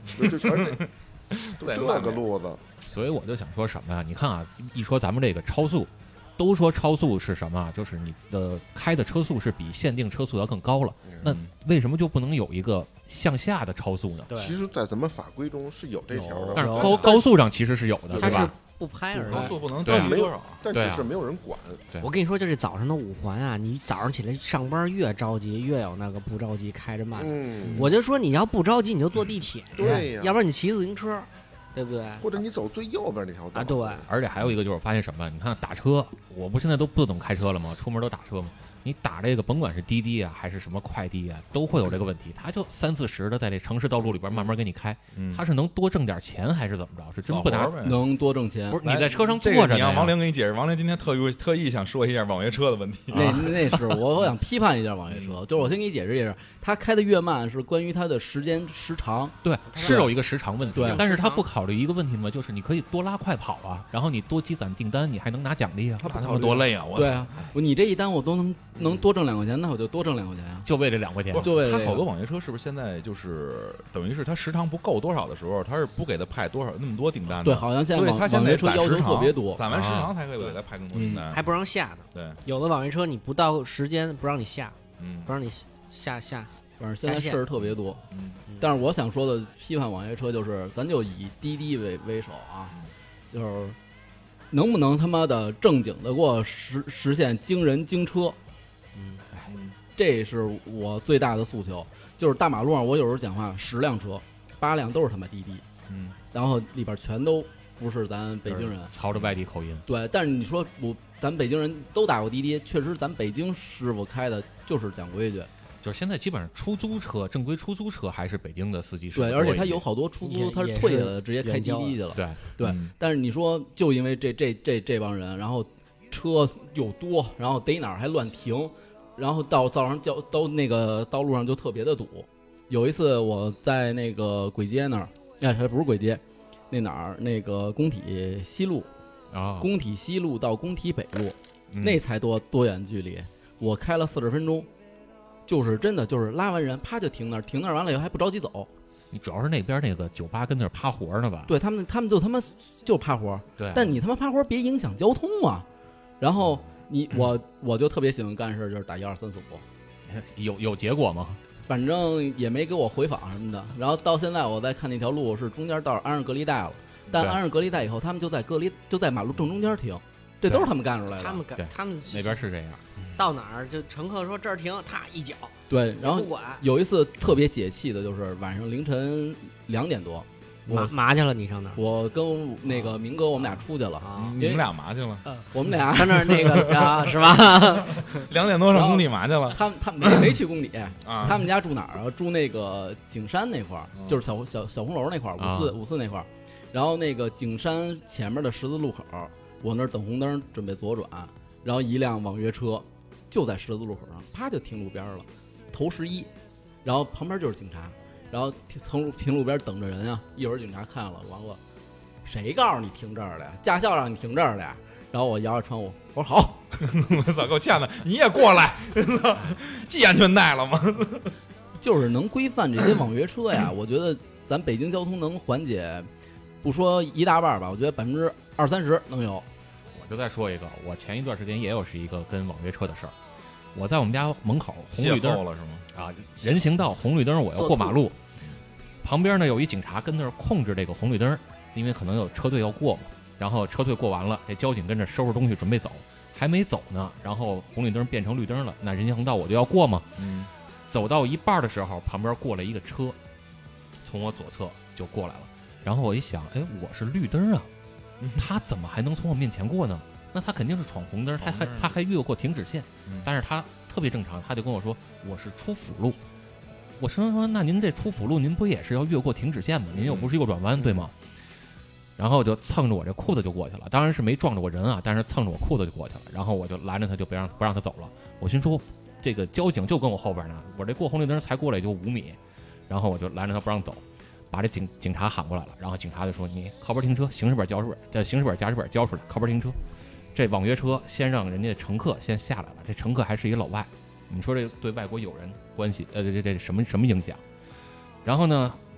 就就全是这都这个路子。 所以我就想说什么呀？你看啊，一说咱们这个超速，都说超速是什么？就是你的开的车速是比限定车速要更高了。那为什么就不能有一个向下的超速呢？ 其实，在咱们法规中是有这条的， 但是高高速上其实是有的，对吧？ 不拍而已， 高速不能对但没有低多少， 但只是没有人管。 我跟你说，就这早上的五环啊，你早上起来上班越着急，越有那个不着急开着慢。 嗯， 我就说你要不着急，你就坐地铁， 对呀， 要不然你骑自行车，对不对？ 或者你走最右边那条道啊，对。 而且还有一个就是我发现什么？你看打车，我不现在都不怎么开车了吗？出门都打车吗？你打这个，甭管是滴滴啊，还是什么快滴啊，都会有这个问题。他就三四十的在这城市道路里边慢慢给你开， 嗯、 他是能多挣点钱还是怎么着？是真不拿能多挣钱？ 不是你在车上坐着、 这个，你让王玲给你解释。王玲今天特意特意想说一下网约车的问题。 那那是我我想批判一下网约车，就是我先给你解释一下，他开的越慢是关于他的时间时长， 对，是有一个时长问题。 对， 但是他不考虑一个问题吗？就是你可以多拉快跑啊，然后你多积攒订单，你还能拿奖励啊。 他他妈多累啊！我对啊，你这一单我都能能多挣两块钱。那我就多挣两块钱呀、啊， 就为这两块钱。 就为他好多网约车是不是现在就是等于是他时长不够多少的时候，他是不给他派多少那么多订单的？ 对，好像现在网他现在车要求特别多， 攒完时长才可以给他派更多订单、 嗯，还不让下呢。 对， 有的网约车你不到时间不让你下， 嗯， 不让你下下， 反正现在事儿特别多。 嗯， 但是我想说的批判网约车就是，咱就以滴滴为为首啊，就是能不能他妈的正经的给我实实现经人经车？嗯，哎。这是我最大的诉求，就是大马路上我有时候讲话，十辆车，八辆都是他妈滴滴， 嗯， 然后里边全都不是咱北京人， 操着外地口音。 对，但是你说我咱北京人都打过滴滴，确实咱北京师傅开的就是讲规矩， 就是现在基本上出租车正规出租车还是北京的司机师傅， 对，而且他有好多出租他是退了直接开滴滴去了， 对对、嗯。但是你说就因为这这这这帮人，然后车又多，然后逮哪儿还乱停。然后到早上叫到那个道路上就特别的堵。有一次我在那个簋街那儿，哎，还不是簋街，那哪儿那个工体西路啊， 工体西路到工体北路， 嗯、 那才多多远距离？我开了四十分钟，就是真的就是拉完人，啪就停那儿，停那儿完了以后还不着急走。 你主要是那边那个酒吧跟那儿趴活呢吧？ 对他们，他们就他妈就趴活。 对， 但你他妈趴活别影响交通啊，然后。你我我就特别喜欢干事，就是打一二三四五， 有有结果吗？ 反正也没给我回访什么的。然后到现在我在看那条路是中间到安上隔离带了，但安上隔离带以后，他们就在隔离就在马路正中间停，这都是他们干出来的。 他们干，他们那边是这样， 到哪儿就乘客说这儿停，他一脚。 对，然后不管有一次特别解气的就是晚上凌晨两点多。 麻麻去了，你上哪儿？ 我跟那个明哥，我们俩出去了。 啊、你们俩麻去了？ 我们俩上那儿那个家是吧？ 两点多上工体麻去了。 他们他们没没去工体啊？ 他们家住哪儿啊？住那个景山那块儿， 嗯、 就是小小小红楼那块儿，五四、啊、五四那块儿。然后那个景山前面的十字路口，我那儿等红灯准备左转，然后一辆网约车就在十字路口上，啪就停路边了，头十一，然后旁边就是警察。然后停停路边等着人啊，一会儿警察看了，完了，谁告诉你停这儿的呀？驾校让你停这儿的呀？然后我摇着窗户，我说好， 我操，够呛的，你也过来，系安全带了吗？ 就是能规范这些网约车呀，我觉得咱北京交通能缓解，不说一大半吧，我觉得百分之二三十能有。 我就再说一个，我前一段时间也有是一个跟网约车的事儿。我在我们家门口红绿灯了是吗？ 啊，人行道红绿灯我要过马路，旁边呢有一警察跟那儿控制这个红绿灯，因为可能有车队要过嘛。然后车队过完了，这交警跟着收拾东西准备走，还没走呢，然后红绿灯变成绿灯了，那人行横道我就要过嘛。 嗯， 走到一半的时候，旁边过来一个车，从我左侧就过来了。然后我一想，哎，我是绿灯啊，他怎么还能从我面前过呢？那他肯定是闯红灯，他还他还越过停止线， 嗯、 但是他特别正常，他就跟我说我是出辅路。我说说那您这出辅路，您不也是要越过停止线吗？您又不是右转弯，对吗？然后就蹭着我这裤子就过去了，当然是没撞着我人啊，但是蹭着我裤子就过去了。然后我就拦着他，就不让不让他走了。我心说这个交警就跟我后边呢，我这过红绿灯才过来就五米，然后我就拦着他不让走。把这警警察喊过来了，然后警察就说你靠边停车，行驶本交出这行驶本驾驶本交出来，靠边停车。这网约车先让人家乘客先下来了，这乘客还是一老外，你说这对外国友人关系，呃，这这这什么什么影响？然后呢，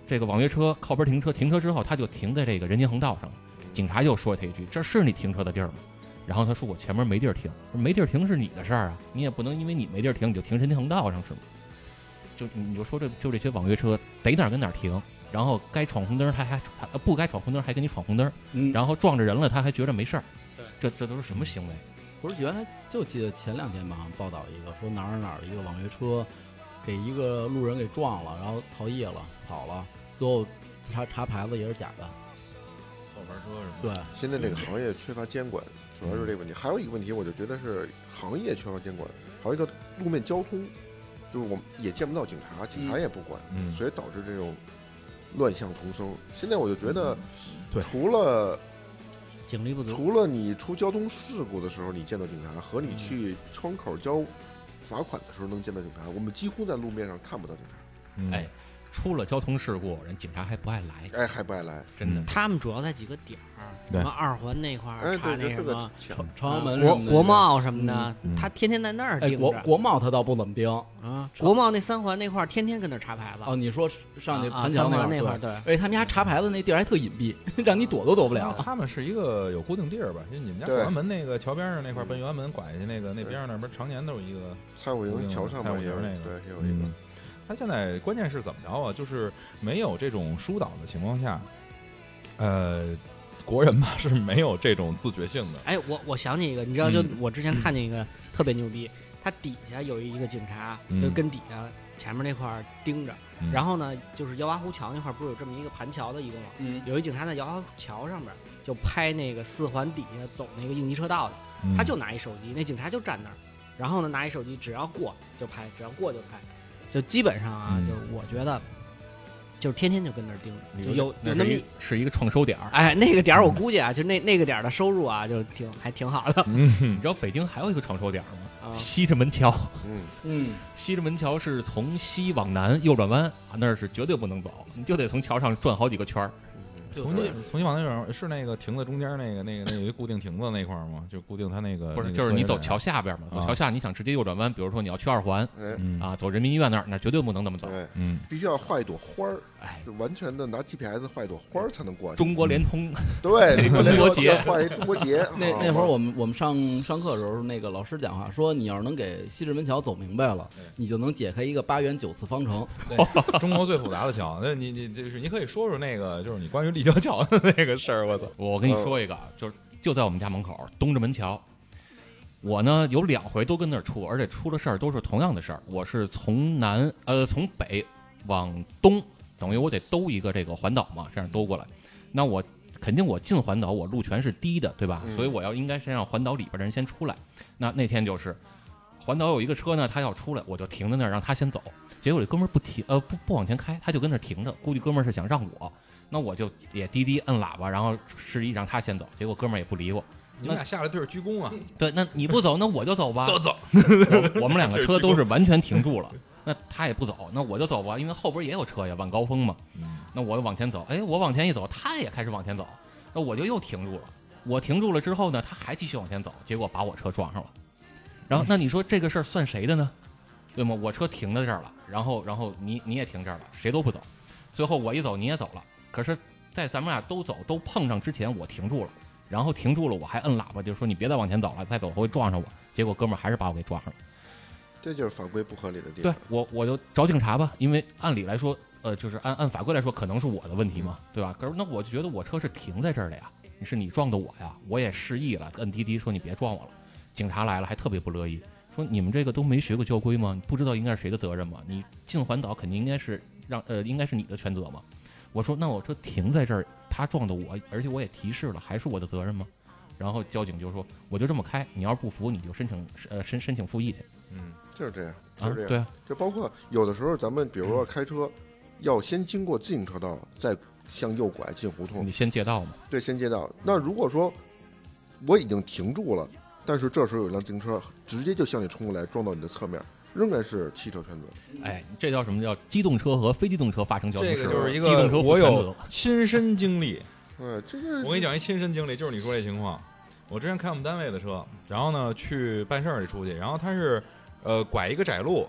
这个网约车靠边停车，停车之后他就停在这个人行横道上了。警察又说他一句：“这是你停车的地儿吗？”然后他说：“我前面没地儿停，没地儿停是你的事儿啊，你也不能因为你没地儿停你就停人行横道上是吗？”就你就说这就这些网约车逮哪儿跟哪儿停，然后该闯红灯他还他不该闯红灯还给你闯红灯， 嗯， 然后撞着人了他还觉得没事儿，这这都是什么行为？ 不是原来就记得前两天吧，报道一个说哪儿哪儿的一个网约车给一个路人给撞了，然后逃逸了跑了，最后查查牌子也是假的， 后边车是吧？ 对， 现在这个行业缺乏监管，主要是这个问题。还有一个问题，我就觉得是行业缺乏监管，还有一个路面交通，就是我们也见不到警察，警察也不管， 嗯， 所以导致这种乱象丛生。现在我就觉得， 对， 除了警力不足， 除了你出交通事故的时候你见到警察，和你去窗口交罚款的时候能见到警察，我们几乎在路面上看不到警察。 嗯、 哎，出了交通事故，人警察还不爱来， 哎，还不爱来， 真的。 他们主要在几个点儿，什么二环那块儿哎， 查对， 那什么朝朝阳门国什么的国贸什么的， 嗯他天天在那儿哎， 盯着。 国国贸他倒不怎么盯啊，国贸那三环那块儿天天跟那儿查牌子。 哦，你说上去啊盘桥三环那那块儿对， 而且他们家查牌子那地儿还特隐蔽，让你躲都躲不了。 他们是一个有固定地儿吧？就你们家广安门那个桥边上那块，奔元安门拐下去那个，那边上那边常年都有一个蔡武营桥上面也有那个， 对，也有一个。 他现在关键是怎么着啊？就是没有这种疏导的情况下，呃，国人吧是没有这种自觉性的。 哎，我我想起一个，你知道，就我之前看见一个特别牛逼，他底下有一个警察，就跟底下前面那块儿盯着， 嗯、 然后呢，就是姚华湖桥那块儿不是有这么一个盘桥的一个吗？ 嗯， 有一警察在姚华湖桥上边就拍那个四环底下走那个应急车道的， 嗯、 他就拿一手机，那警察就站那儿，然后呢拿一手机，只要过就拍，只要过就拍。就基本上啊， 嗯、 就我觉得，就是天天就跟那儿盯着，有有那么是一个创收点儿。 哎，那个点儿我估计啊，就那那个点儿的收入啊，就挺还挺好的。 嗯，你知道北京还有一个创收点吗？ 啊、 西直门桥。 嗯嗯， 西直门桥是从西往南右转弯啊，那是绝对不能走，你就得从桥上转好几个圈儿。 从西从西往那边是那个亭子中间那个那个那有一固定亭子那块儿吗？就固定它那个不是，就是你走桥下边嘛，走桥下你想直接右转弯，比如说你要去二环，啊，走人民医院那儿，那绝对不能那么走， 嗯，必须要画一朵花儿， 哎， 就完全的拿 G P S 画一朵花儿才能过去。 中国联通， 对， 中国结， 画一中国结。 那那会儿我们我们上上课的时候，那个老师讲话说，你要是能给西直门桥走明白了，你就能解开一个八元九次方程， 中国最复杂的桥。那你你就是你可以说说那个，就是你关于立交桥的那个。个事儿，我操！ 我跟你说一个，就是就在我们家门口东直门桥，我呢有两回都跟那儿出，而且出的事儿都是同样的事儿。我是从南呃从北往东，等于我得兜一个这个环岛嘛，这样兜过来。那我肯定我进环岛，我路权是低的，对吧？ 嗯、 所以我要应该是让环岛里边的人先出来。那那天就是环岛有一个车呢，他要出来，我就停在那儿让他先走。结果这哥们儿不停呃不不往前开，他就跟那儿停着，估计哥们儿是想让我。那我就也滴滴摁喇叭，然后示意让他先走，结果哥们儿也不理我。 你们俩下来对着鞠躬啊？ 对，那你不走，那我就走吧。 都走。 我, 我们两个车都是完全停住了，那他也不走，那我就走吧，因为后边也有车呀，晚高峰嘛。 嗯、 那我往前走，哎，我往前一走，他也开始往前走，那我就又停住了。我停住了之后呢，他还继续往前走，结果把我车撞上了。然后，那你说这个事儿算谁的呢？对吗？我车停在这儿了，然后，然后你你也停这儿了，谁都不走。最后我一走，你也走了。可是，在咱们俩都走都碰上之前，我停住了，然后停住了，我还摁喇叭，就说你别再往前走了，再走会撞上我。结果哥们儿还是把我给撞上了。 这就是法规不合理的地方。对我，我就找警察吧，因为按理来说，呃，就是按按法规来说，可能是我的问题嘛，对吧？可是那我就觉得我车是停在这儿的呀，你是你撞的我呀，我也示意了，摁滴滴说你别撞我了。警察来了还特别不乐意，说你们这个都没学过交规吗？你不知道应该是谁的责任吗？你进环岛肯定应该是让呃，应该是你的全责嘛。我说那我车停在这儿，他撞的我，而且我也提示了，还是我的责任吗？然后交警就说我就这么开，你要是不服你就申请呃申申请复议去。 嗯，就是这样，就是这样。 啊、对啊， 就包括有的时候咱们比如说开车，嗯、要先经过自行车道，再向右拐进胡同。 你先借道嘛？ 对，先借道。那如果说我已经停住了，但是这时候有辆自行车直接就向你冲过来，撞到你的侧面。仍然是汽车全责。 哎，这叫什么叫机动车和非机动车发生交通事故？ 这个就是一个机动车我有亲身经历。 呃，这个我跟你讲一亲身经历，就是你说这情况。我之前开我们单位的车，然后呢去办事儿里出去，然后他是呃拐一个窄路，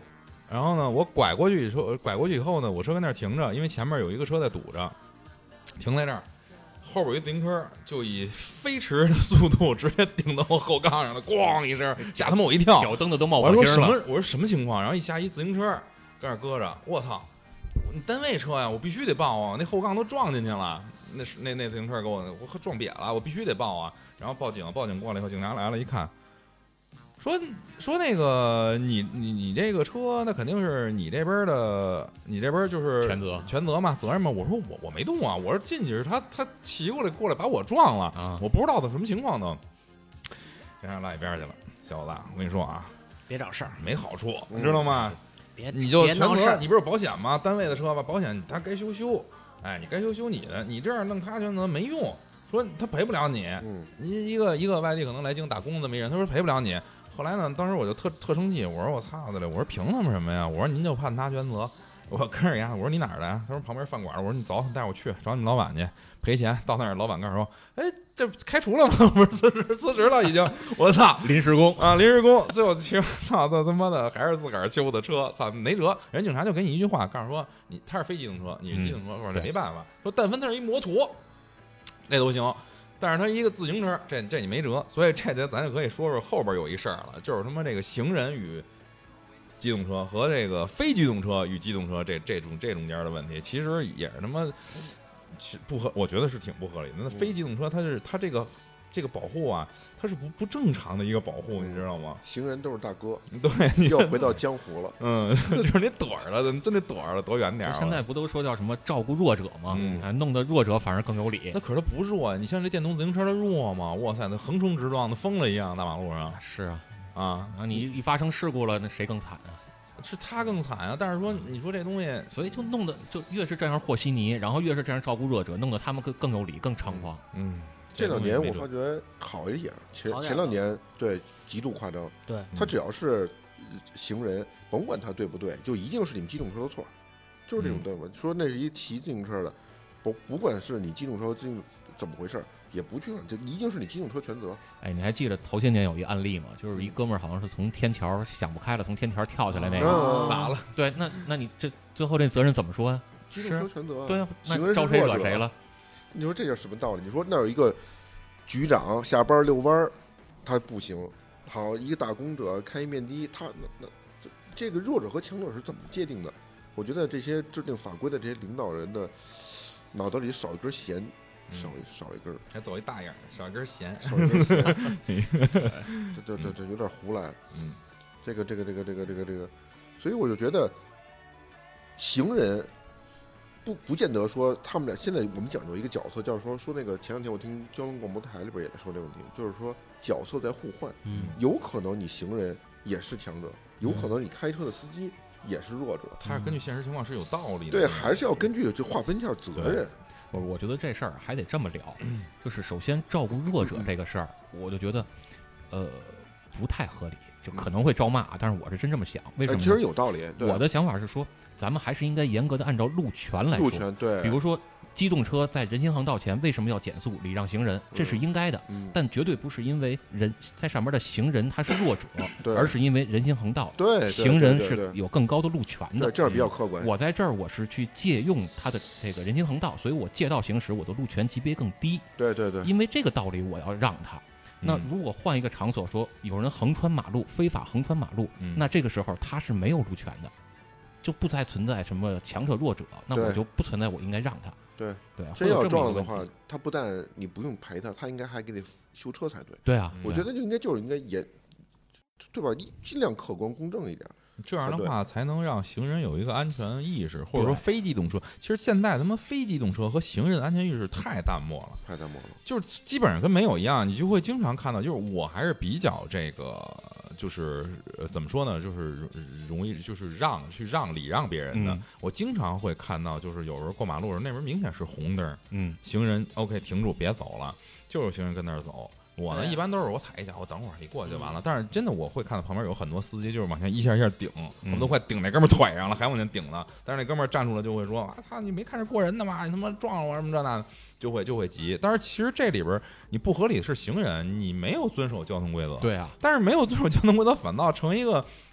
然后呢，我拐过去以后，拐过去以后呢，我车跟那儿停着，因为前面有一个车在堵着，停在这儿。后边有一自行车，就以飞驰的速度直接顶到我后杠上了，咣一声，吓他妈我一跳， 脚蹬子都冒火星了。我说什么？我说什么情况？然后一下一自行车搁那搁着，我操！你单位车呀，我必须得报啊！那后杠都撞进去了，那是那那自行车给我我撞瘪了，我必须得报啊！然后报警，报警过来以后，警察来了，一看。说说那个你你你这个车，那肯定是你这边的，你这边就是全责全责嘛，责任嘛。我说我我没动啊，我说进去是他他骑过来过来把我撞了啊， 我不知道他什么情况都，给人拉一边去了。小伙子，我跟你说啊， 别找事儿， 没好处，你知道吗？ 别你就全责， 别闹事儿。 你不是有保险吗？单位的车吧，保险他该修修，哎，你该修修你的，你这样弄他全责没用，说他赔不了你。 嗯， 你一个一个外地可能来京打工的没人，他说赔不了你。后来呢，当时我就特特生气，我说我操的嘞，我说凭他们什么呀？我说您就判他全责，我跟着人家，我说你哪儿的呀？他说旁边饭馆，我说你走，带我去找你们老板去赔钱。到那儿老板告诉我，哎，这开除了吗？不是辞职辞职了已经，我操， 临时工啊，临时工，最后去，操，这他妈的还是自个儿修的车，操，没辙。人警察就给你一句话，告诉说你他是非机动车，你是机动车，说这没办法，说但凡他是一摩托，那都行。但是他一个自行车，这这你没辙，所以这咱就可以说说后边有一事儿了，就是他妈这个行人与机动车和这个非机动车与机动车这这种这中间的问题，其实也是他妈不合，我觉得是挺不合理的。那非机动车它是它这个这个保护啊，它是不不正常的一个保护，你知道吗？ 行人都是大哥， 对， 要回到江湖了。 嗯，就是你躲着了，真得躲着了，躲远点儿。 现在不都说叫什么照顾弱者吗？ 嗯， 啊，弄得弱者反而更有理。 那可是他不弱，你像这电动自行车，它弱吗？哇塞，那横冲直撞的疯了一样，大马路上。 是啊， 啊， 啊，你一发生事故了，那谁更惨啊？ 是他更惨啊！但是说，你说这东西， 所以就弄得就越是这样和稀泥，然后越是这样照顾弱者，弄得他们更更有理，更猖狂。 嗯。 这两年我发觉好一点，前前两年对极度夸张。 对， 他只要是行人，甭管他对不对，就一定是你们机动车的错，就是这种对吧？嗯、说那是一骑自行车的，不不管是你机动车机怎么回事，也不去，这一定是你机动车全责。 哎，你还记得头些年有一案例吗？就是一哥们儿好像是从天桥想不开了，从天桥跳下来那个， 嗯、 砸了。 对，那那你这最后这责任怎么说呀？ 机动车全责、啊。 对啊， 行人招谁惹谁了？ 你说这叫什么道理？你说那有一个局长下班遛弯儿，他不行。好，一个打工者开一面的，他那那这这个弱者和强者是怎么界定的？我觉得这些制定法规的这些领导人的脑袋里少一根弦，少一少一根， 还走一大眼，少一根弦， 少一根弦。对对对对，有点胡来。 嗯， 这个这个这个这个这个这个，所以我就觉得行人。不不见得说他们俩现在我们讲究一个角色，就是说说那个前两天我听交通广播台里边也在说这个问题，就是说角色在互换， 嗯， 有可能你行人也是强者，有可能你开车的司机也是弱者， 他是根据现实情况是有道理的， 对，还是要根据就划分一下责任。 我我觉得这事儿还得这么聊，就是首先照顾弱者这个事儿，我就觉得呃不太合理，就可能会招骂，但是我是真这么想，为什么呢？ 其实有道理， 我的想法是说。咱们还是应该严格的按照路权来说。 路权对， 比如说，机动车在人行横道前为什么要减速、礼让行人？这是应该的， 嗯、 但绝对不是因为人在上面的行人他是弱者， 对， 而是因为人行横道， 对， 行人是有更高的路权的。 对，这样比较客观。 我在这儿我是去借用他的这个人行横道，所以我借道行驶，我的路权级别更低。 对对对， 因为这个道理我要让他。那如果换一个场所说，有人横穿马路，非法横穿马路， 嗯、 那这个时候他是没有路权的。就不再存在什么强者弱者，那我就不存在我应该让他。 对对， 真要撞了的话，他不但你不用赔他，他应该还给你修车才对。 对啊， 我觉得就应该就是应该严，对吧？尽量客观公正一点。 这样的话才能让行人有一个安全意识，或者说非机动车。其实现在他妈非机动车和行人安全意识太淡漠了， 太淡漠了， 就是基本上跟没有一样。你就会经常看到，就是我还是比较这个，就是呃怎么说呢，就是容易就是让去让礼让别人的。 嗯、 我经常会看到，就是有时候过马路时那边明显是红灯， 嗯， 行人 OK 停住别走了，就是行人跟那儿走。我呢，一般都是我踩一脚，我等会儿你过去就完了。但是真的，我会看到旁边有很多司机就是往前一下一下顶，我们都快顶那哥们腿上了，还往前顶呢。但是那哥们站住了就会说：“啊，操，你没看着过人的吗？你他妈撞了我什么这那的。”就会就会急。但是其实这里边你不合理的是行人，你没有遵守交通规则。 对啊。 但是没有遵守交通规则，反倒成一个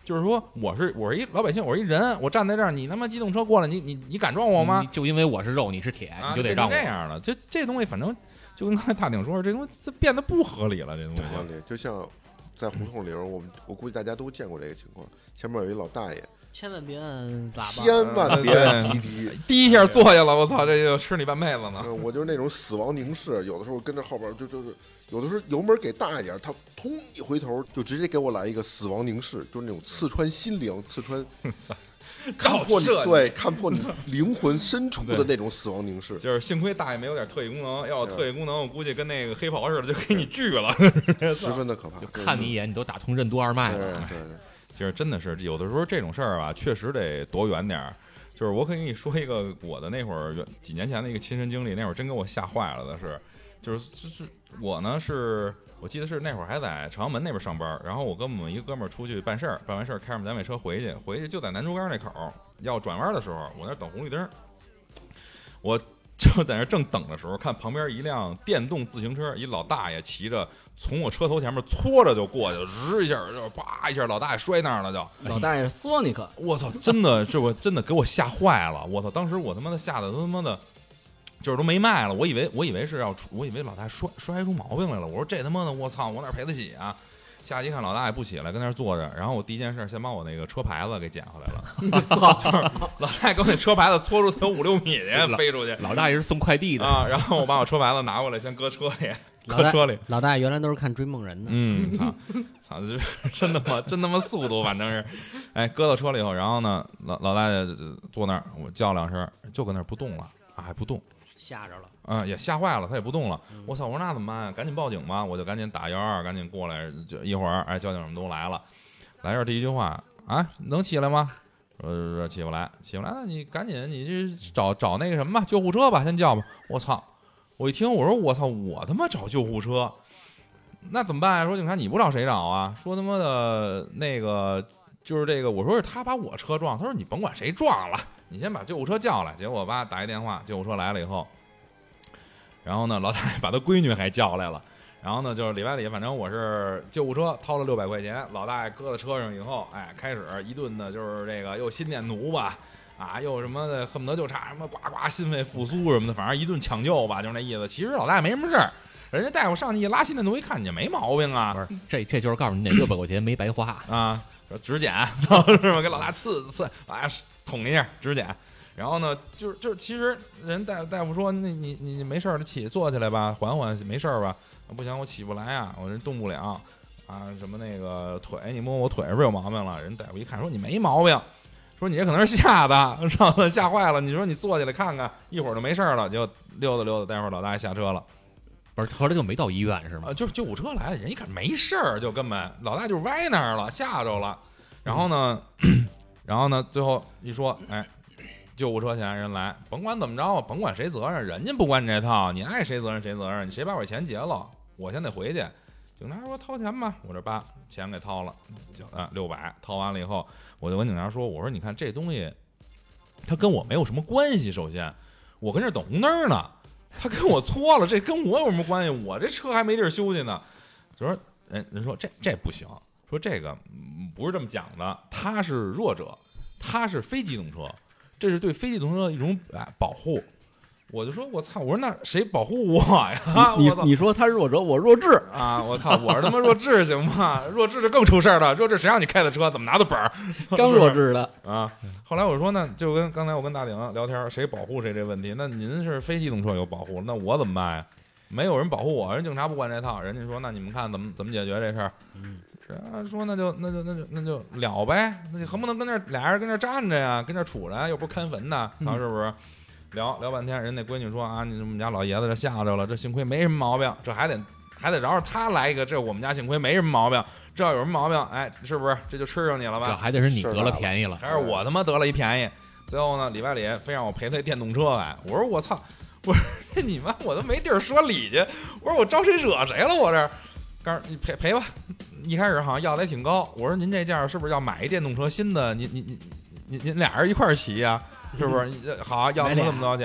就是说我是我是一老百姓，我是一人，我站在这儿，你他妈机动车过来，你你你敢撞我吗？ 就因为我是肉，你是铁， 啊、 你就得让我这样了。这这东西反正就跟刚才大鼎说，这东西这变得不合理了，这东西不合理。就像在胡同里，我们我估计大家都见过这个情况，前面有一老大爷。 千万别按喇叭， 千万别按滴滴， 第一下坐下了，我操，这就吃你半辈子呢。 嗯，我就是那种死亡凝视，有的时候跟着后边就就是有的时候油门给大一点，他通一回头就直接给我来一个死亡凝视，就是那种刺穿心灵、刺穿看破你对看破你灵魂深处的那种死亡凝视。 就是幸亏大爷没有点特异功能，要有特异功能，我估计跟那个黑袍似的，就给你锯了， 十分的可怕。 就看你一眼，你都打通任督二脉了。 对对对。 就是真的是有的时候这种事儿吧，确实得躲远点儿。就是我可以跟你说一个我的那会儿几年前的一个亲身经历，那会儿真给我吓坏了的是，就是就是我呢是我记得是那会儿还在朝阳门那边上班，然后我跟我们一个哥们儿出去办事儿，办完事儿开着我们单位车回去，回去就在南竹竿那口要转弯的时候，我那等红绿灯，我就在那正等的时候，看旁边一辆电动自行车，一老大爷骑着。从我车头前面搓着就过去了，日一下就啪一下，老大爷摔那儿了就。 老大爷索尼克， 我操，真的这我真的给我吓坏了，我操！当时我他妈的吓得都他妈的，就是都没卖了。我以为我以为是要出，我以为老大爷摔摔出毛病来了。我说这他妈的，我操，我哪赔得起啊？下去一看，老大爷不起来，跟那儿坐着。然后我第一件事先把我那个车牌子给捡回来了。我操！就是老大爷给我那车牌子搓出去有五六米去，飞出去。 老大爷是送快递的啊。然后我把我车牌子拿过来，先搁车里。搁车里， 老大爷原来都是看追梦人的。 嗯，操，操，这真他妈真他妈速度，反正是，哎，搁到车里以后，然后呢，老老大爷坐那儿，我叫两声，就搁那儿不动了啊，还不动， 吓着了， 啊，也吓坏了，他也不动了。我操，我说那怎么办呀？赶紧报警吧，我就赶紧打幺二，赶紧过来，就一会儿，哎，交警什么都来了，来这儿第一句话啊，能起来吗？说起不来，起不来，那你赶紧你去找找那个什么吧，救护车吧，先叫吧。我操！我一听，我说我操，我他妈找救护车，那怎么办呀？说警察你不找谁找啊？说他妈的那个就是这个，我说是他把我车撞，他说你甭管谁撞了，你先把救护车叫来。结果我爸打一电话，救护车来了以后，然后呢，老大爷把他闺女还叫来了。然后呢，就是里外里，反正我是救护车掏了六百块钱，老大爷搁在车上以后，哎，开始一顿的就是这个又心电图吧。啊，又什么的，恨不得就差什么呱呱心肺复苏什么的，反正一顿抢救吧，就是那意思。其实老大爷没什么事儿，人家大夫上去一拉心电图一看，你没毛病啊。 不是，这这就是告诉你那六百块钱没白花啊。指检，是吧？给老大刺刺，哎，捅一下指检。然后呢，就是就是，其实人大大夫说，那你你你没事儿，起坐起来吧，缓缓，没事儿吧？不行，我起不来啊，我人动不了啊。什么那个腿，你摸我腿是不是有毛病了？人大夫一看说你没毛病。说你这可能是吓的，让吓坏了。你说你坐起来看看，一会儿就没事了，就溜达溜达。待会儿老大爷下车了， 不是，后来就没到医院是吗？ 呃，就是救护车来了，人一看没事儿，就根本老大就是歪那儿了，吓着了。然后呢，嗯、然后呢，最后一说，哎，救护车钱人来，甭管怎么着，甭管谁责任，人家不管你这套，你爱谁责任谁责任，你谁把我钱结了，我先得回去。警察说掏钱吧，我这把钱给掏了，就啊六百，掏完了以后，我就跟警察说，我说你看这东西，它跟我没有什么关系。首先，我跟这等红灯呢，他跟我搓了，这跟我有什么关系？我这车还没地儿休息呢。就说，人人说这这不行，说这个、嗯、不是这么讲的，他是弱者，他是非机动车，这是对非机动车的一种哎保护。我就说我操，我说那谁保护我呀？ 你你说他是弱者，我弱智啊！我操，我是他妈弱智行吗？弱智就更出事儿了。弱智谁让你开的车？怎么拿的本儿？ 刚弱智的啊！后来我说呢，就跟刚才我跟大鼎聊天，谁保护谁这问题？那您是非机动车有保护，那我怎么办呀？没有人保护我，人警察不管这套，人家说那你们看怎么怎么解决这事儿？嗯，是啊，说那就那就那就那就了呗，那就恨不能跟那俩人跟那站着呀，跟那杵着，又不是看坟的，操，是不是？聊聊半天，人那闺女说啊，你我们家老爷子这吓着了，这幸亏没什么毛病，这还得还得饶着他来一个，这我们家幸亏没什么毛病，这要有什么毛病，哎，是不是这就吃上你了吧？ 这还得是你得了便宜了， 还是我他妈得了一便宜。最后呢，里外里非让我赔他电动车来，我说我操，我说这你妈我都没地儿说理去，我说我招谁惹谁了？我这，告诉你赔赔吧。一开始好像要的也挺高，我说您这价是不是要买一电动车新的？您您您您您俩人一块儿骑呀、啊？是不是？好，要他这么多钱，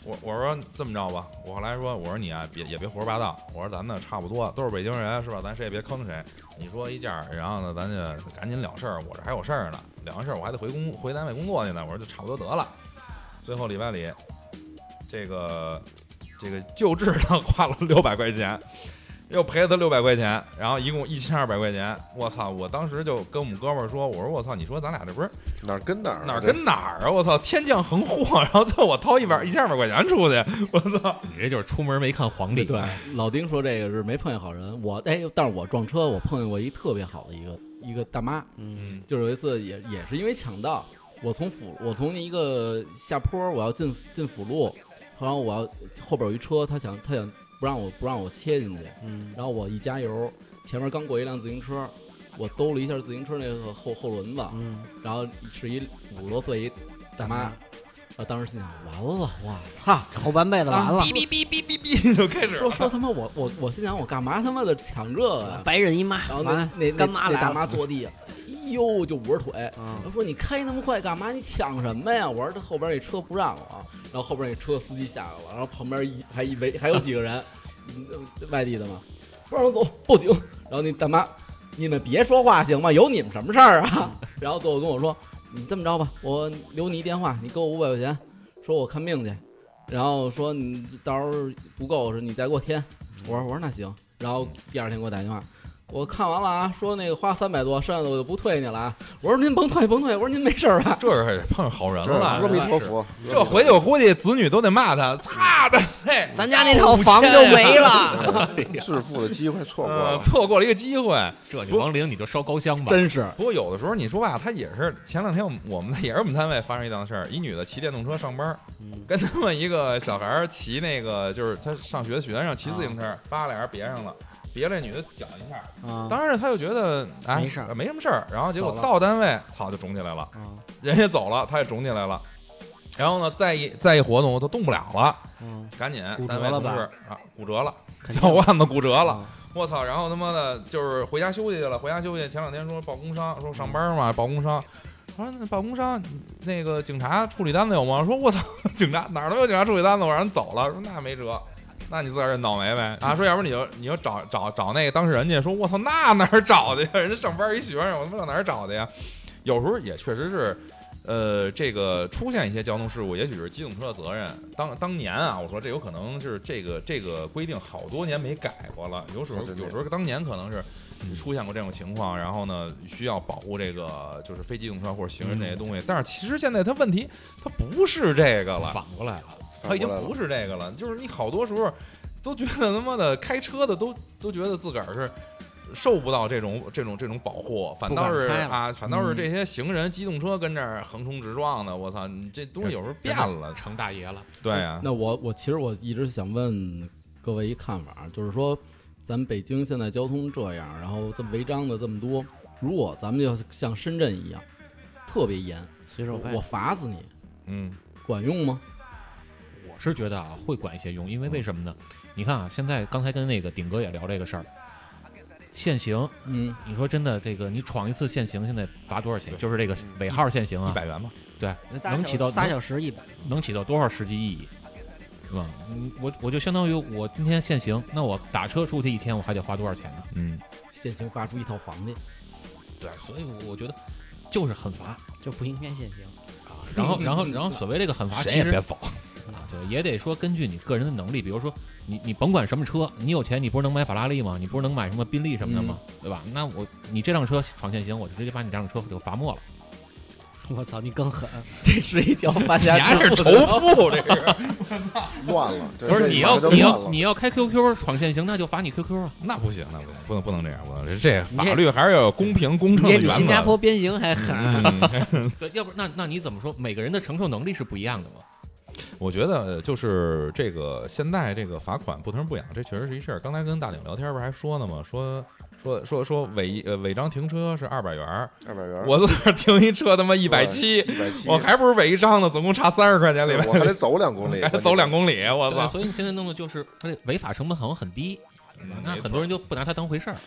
我我说这么着吧，我后来说我说你啊别也别胡说八道，我说咱呢差不多都是北京人是吧？咱谁也别坑谁。你说一价，然后呢咱就赶紧了事儿，我这还有事儿呢，了完事儿我还得回工回单位工作去呢。我说就差不多得了。最后礼拜里，这个这个就治他花了六百块钱。又赔了他六百块钱，然后一共一千二百块钱。我操！我当时就跟我们哥们儿说：“我说我操，你说咱俩这不是哪儿跟哪儿、啊？ 哪儿跟哪儿啊？我操，天降横祸！然后最后我掏一百一千二百块钱出去，我操！ 你这就是出门没看皇帝。 对，老丁说这个是没碰见好人。我哎，但是我撞车，我碰见过一特别好的一个一个大妈。 嗯， 就是有一次也也是因为抢道，我从辅我从一个下坡，我要进进辅路，然后我要后边有一车，他想他想。不让我不让我切进去，嗯，然后我一加油，前面刚过一辆自行车，我兜了一下自行车那个后后轮子，嗯，然后是一五十多岁一大妈，然后当时心想完了，哇， 哈，后半辈子完了， 哔哔哔哔哔哔就开始说说他妈我我我心想我干嘛他妈的抢这个， 白人一骂， 然后那那干妈那大妈坐地。哎呦，就捂着腿，他、嗯、说你开那么快干嘛？你抢什么呀？我说这后边那车不让我，然后后边那车司机下来了，然后旁边一还以为还有几个人，外地的嘛，不让我走，报警。然后那大妈，你们别说话行吗？有你们什么事儿啊？然后最后跟我说，你这么着吧，我留你一电话，你给我五百块钱，说我看病去，然后说你到时候不够时你再给我添。我说我说那行，然后第二天给我打电话。我看完了啊，说那个花三百多，剩下的我就不退你了啊。我说您甭退甭退，我说您没事吧？ 这是碰上好人了， 阿弥陀佛。 这回去我估计子女都得骂他，擦的，嘿， 咱家那套房就没了， 致富的机会错过了、 呃，错过了一个机会。 这你王玲你就烧高香吧， 真是。 不过有的时候你说吧，他也是前两天我们也是我们单位发生一档事儿，一女的骑电动车上班，嗯、跟他们一个小孩骑那个就是他上学学上骑自行车，把俩人别上了。别这女的脚一下，啊、当时他就觉得哎没事儿， 没什么事儿。然后结果到单位，操就肿起来了，嗯、人家走了，他也肿起来了。然后呢，再一再一活动，他动不了了，嗯、赶紧单位同事啊骨折了，脚腕子骨折了，我、嗯、操！然后他妈的就是回家休息去了，回家休息。前两天说报工伤，说上班嘛报工伤。说那报工伤，那个警察处理单子有吗？说我操，警察哪儿都有警察处理单子，我让人走了。说那没辙。那你自个儿认倒霉呗啊！说要不你就你就找找找那个当事人去，说我操，那哪儿找的呀？人家上班一学生，我他妈到哪儿找的呀？有时候也确实是，呃，这个出现一些交通事故，也许是机动车的责任。当当年啊，我说这有可能是这个这个规定好多年没改过了，有时候有时候当年可能是出现过这种情况，然后呢需要保护这个就是非机动车或者行人这些东西。但是其实现在它问题它不是这个了， 反过来了。 他已经不是这个了，就是你好多时候都觉得他妈的开车的都都觉得自个儿是受不到这种这种这种保护，反倒是啊，反倒是这些行人、机动车跟这儿横冲直撞的，我操，你这东西有时候变了， 成大爷了。 对啊， 那我我其实我一直想问各位一看法，就是说咱们北京现在交通这样，然后这么违章的这么多，如果咱们要像深圳一样特别严， 随手我罚死你， 嗯， 管用吗？ 我是觉得啊，会管一些用，因为为什么呢？你看啊，现在刚才跟那个顶哥也聊这个事儿，限行，嗯，你说真的，这个你闯一次限行，现在罚多少钱？就是这个尾号限行啊， 一百元嘛， 对，能起到仨小时一百， 能起到多少实际意义？是吧？嗯，我我就相当于我今天限行，那我打车出去一天，我还得花多少钱呢？ 嗯， 限行罚出一套房去， 对，所以我觉得就是狠罚， 就不应该限行。 然后，然后，然后，所谓这个狠罚， 谁也别走。 啊，对，也得说根据你个人的能力，比如说你你甭管什么车，你有钱，你不是能买法拉利吗？你不是能买什么宾利什么的吗？嗯、对吧？那我你这辆车闯限行，我就直接把你这辆车就罚没了。 我操，你更狠！ 这是一条发家致富，是仇富，这个乱了。 不是你要你要你要开 Q Q 闯限行，那就罚你 Q Q 啊， 那不行，那不行，不能不能这样，不能这法律还是要有公平公正的原则。 比新加坡鞭刑还狠。 嗯、对，要不那那你怎么说？每个人的承受能力是不一样的吗？ 我觉得就是这个现在这个罚款不疼不痒，这确实是一事儿。刚才跟大顶聊天不是还说呢吗？说。说说说违呃违章停车是二百元， 二百元， 我自个儿停一车他妈一百七， 一百七， 我还不是违一章呢，总共差三十块钱里面， 我还得走两公里， 还得走两公里，我操！ 所以你现在弄的就是它这违法成本好像很低，那很多人就不拿它当回事儿。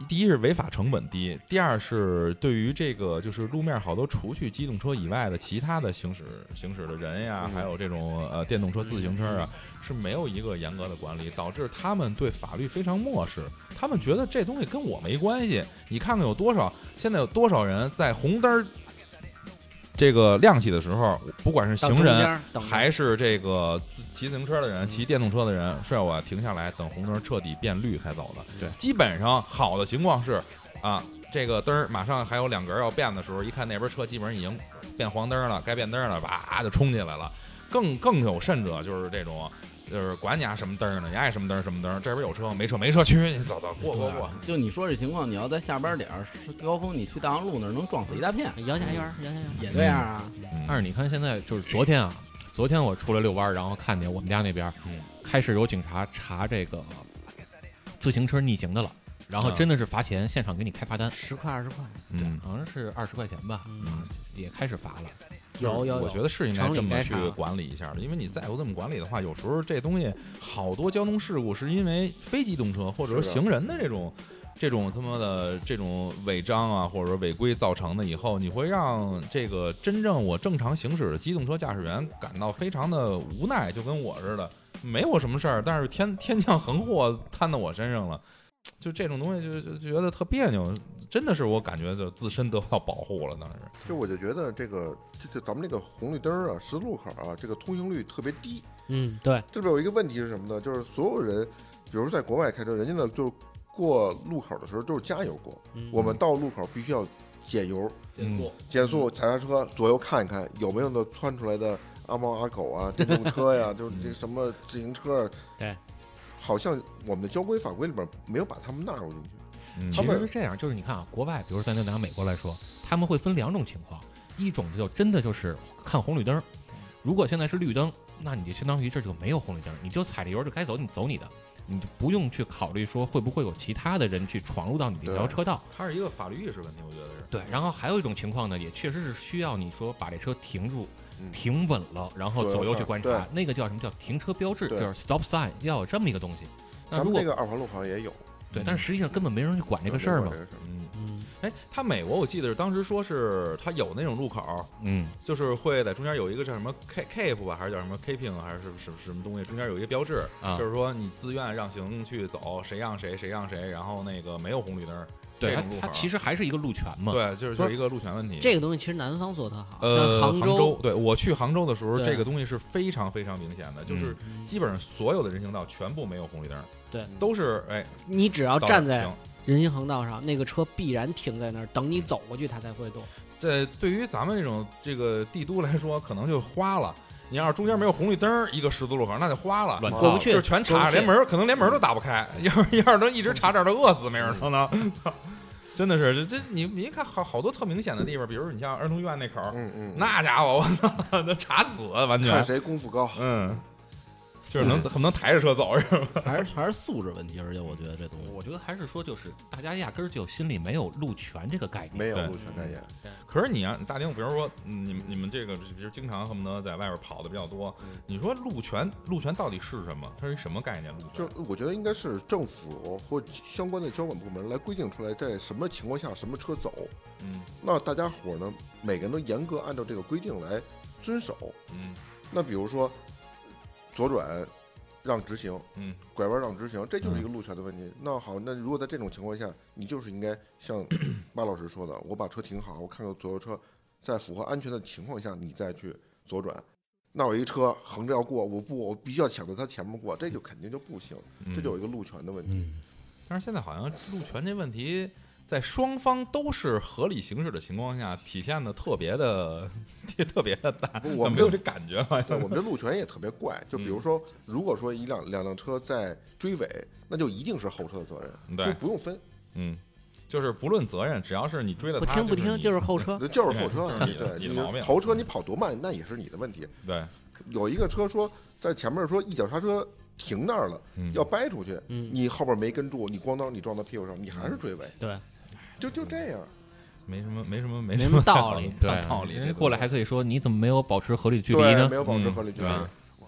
第一是违法成本低，第二是对于这个就是路面好多除去机动车以外的其他的行驶行驶的人呀， 嗯还有这种呃电动车、自行车啊，是没有一个严格的管理，导致他们对法律非常漠视，他们觉得这东西跟我没关系。你看看有多少现在有多少人在红灯这个亮起的时候，不管是行人还是这个骑自行车的人、骑电动车的人，是要停下来等红灯彻底变绿才走的。 对， 基本上好的情况是啊，这个灯马上还有两格要变的时候，一看那边车基本上已经变黄灯了，该变灯了，叭就冲进来了。更更有甚者就是这种。就是管你啊什么灯呢？你爱什么灯什么灯？这边有车没车没车去，你走走过过过。 就你说这情况，你要在下班点儿高峰，你去大望路那儿能撞死一大片。 姚家园，姚家园也这样啊。 嗯、但是你看现在就是昨天啊，昨天我出来遛弯，然后看见我们家那边、嗯、开始有警察查这个自行车逆行的了，然后真的是罚钱，现场给你开罚单， 十块二十块， 嗯，好像是二十块钱吧，嗯，也开始罚了。 有有，我觉得是应该这么去管理一下的，因为你再不这么管理的话，有时候这东西好多交通事故是因为非机动车或者说行人的这种这种他妈的这种违章啊，或者说违规造成的，以后你会让这个真正我正常行驶的机动车驾驶员感到非常的无奈，就跟我似的，没我什么事儿，但是天天降横祸摊到我身上了。就这种东西就就觉得特别扭，真的是我感觉就自身得到保护了。当时就我就觉得这个这这咱们这个红绿灯啊、十字路口啊，这个通行率特别低。 嗯，对。 这边有一个问题是什么呢？就是所有人，比如在国外开车，人家呢就是过路口的时候都是加油过， 嗯、 我们到路口必须要减油、 减速、 嗯、减速，踩刹车，左右看一看有没有那窜出来的阿猫阿狗啊、电动车呀，就是这什么自行车。 对。 好像我们的交规法规里边没有把他们纳入进去。 嗯、其实是这样，就是你看啊，国外，比如咱就拿美国来说，他们会分两种情况，一种就真的就是看红绿灯，如果现在是绿灯，那你就相当于这就没有红绿灯，你就踩着油就该走，你走你的，你就不用去考虑说会不会有其他的人去闯入到你这条车道。 它是一个法律意识问题，我觉得是。 对，然后还有一种情况呢，也确实是需要你说把这车停住。停稳了，然后左右去观察，那个叫什么叫停车标志，就是 stop sign， 要有这么一个东西。那咱们这个二环路好像也有， 对，但是实际上根本没人去管这个事儿嘛。 嗯嗯，哎，他美国我记得是当时说是他有那种路口， 嗯， 就是会在中间有一个叫什么 K Cape 吧，还是叫什么 Caping， 还是什么什么东西，中间有一个标志， 啊、 就是说你自愿让行去走，谁让谁，谁让谁，然后那个没有红绿灯。 对，它它其实还是一个路权嘛。 对，就是就是一个路权问题。 这个东西其实南方做的特好， 呃， 杭州，州对我去杭州的时候， 对这个东西是非常非常明显的，就是基本上所有的人行道全部没有红绿灯， 对， 都是哎， 你只要站在人行横道上，那个车必然停在那儿，等你走过去，它才会动。 这对于咱们这种这个帝都来说，可能就花了。你要是中间没有红绿灯，一个十字路口，那就花了， 过不去， 就是全插，连门可能连门都打不开。要是要是能一直插这儿，都饿死没人可能。真的是，这这你你一看好好多特明显的地方，比如你像儿童医院那口， 嗯嗯， 那家伙我操，能查死完全。 看谁功夫高， 嗯，就是能很能抬着车走是吧？ 还是还是素质问题，而且我觉得这东西， 我觉得还是说就是大家压根儿就心里没有路权这个概念， 没有路权概念。 可是你啊，大丁，比如说你们你们这个，比如经常恨不得在外边跑的比较多，你说路权路权到底是什么？它是什么概念？路权？ 就我觉得应该是政府或相关的交管部门来规定出来，在什么情况下什么车走。 嗯， 那大家伙呢，每个人都严格按照这个规定来遵守。 嗯， 那比如说左转让直行， 嗯， 拐弯让直行，这就是一个路权的问题。嗯、那好，那如果在这种情况下，你就是应该像巴老师说的，我把车停好，我看看左右车，在符合安全的情况下，你再去左转。那有一车横着要过，我不，我必须要抢在他前面过，这就肯定就不行， 嗯、 这就有一个路权的问题。 嗯、但是现在好像路权这问题，在双方都是合理行驶的情况下，体现的特别的特别的大。 我没有这感觉好像。 我们这路权也特别怪，就比如说，嗯、如果说一辆两辆车在追尾，那就一定是后车的责任， 对， 不用分。 嗯。就是不论责任，只要是你追了他， 不听不听就是后车， 就是后车， 就是你的你的毛病。 头车你跑多慢，那也是你的问题。 对， 有一个车说在前面说一脚刹车停那儿了， 嗯、 要掰出去， 嗯、 你后边没跟住，你咣当你撞到屁股上，你还是追尾。 对， 就就这样， 没什么没什么没什么道理， 对道理。 人过来还可以说你怎么没有保持合理距离呢？ 没有保持合理距离。 嗯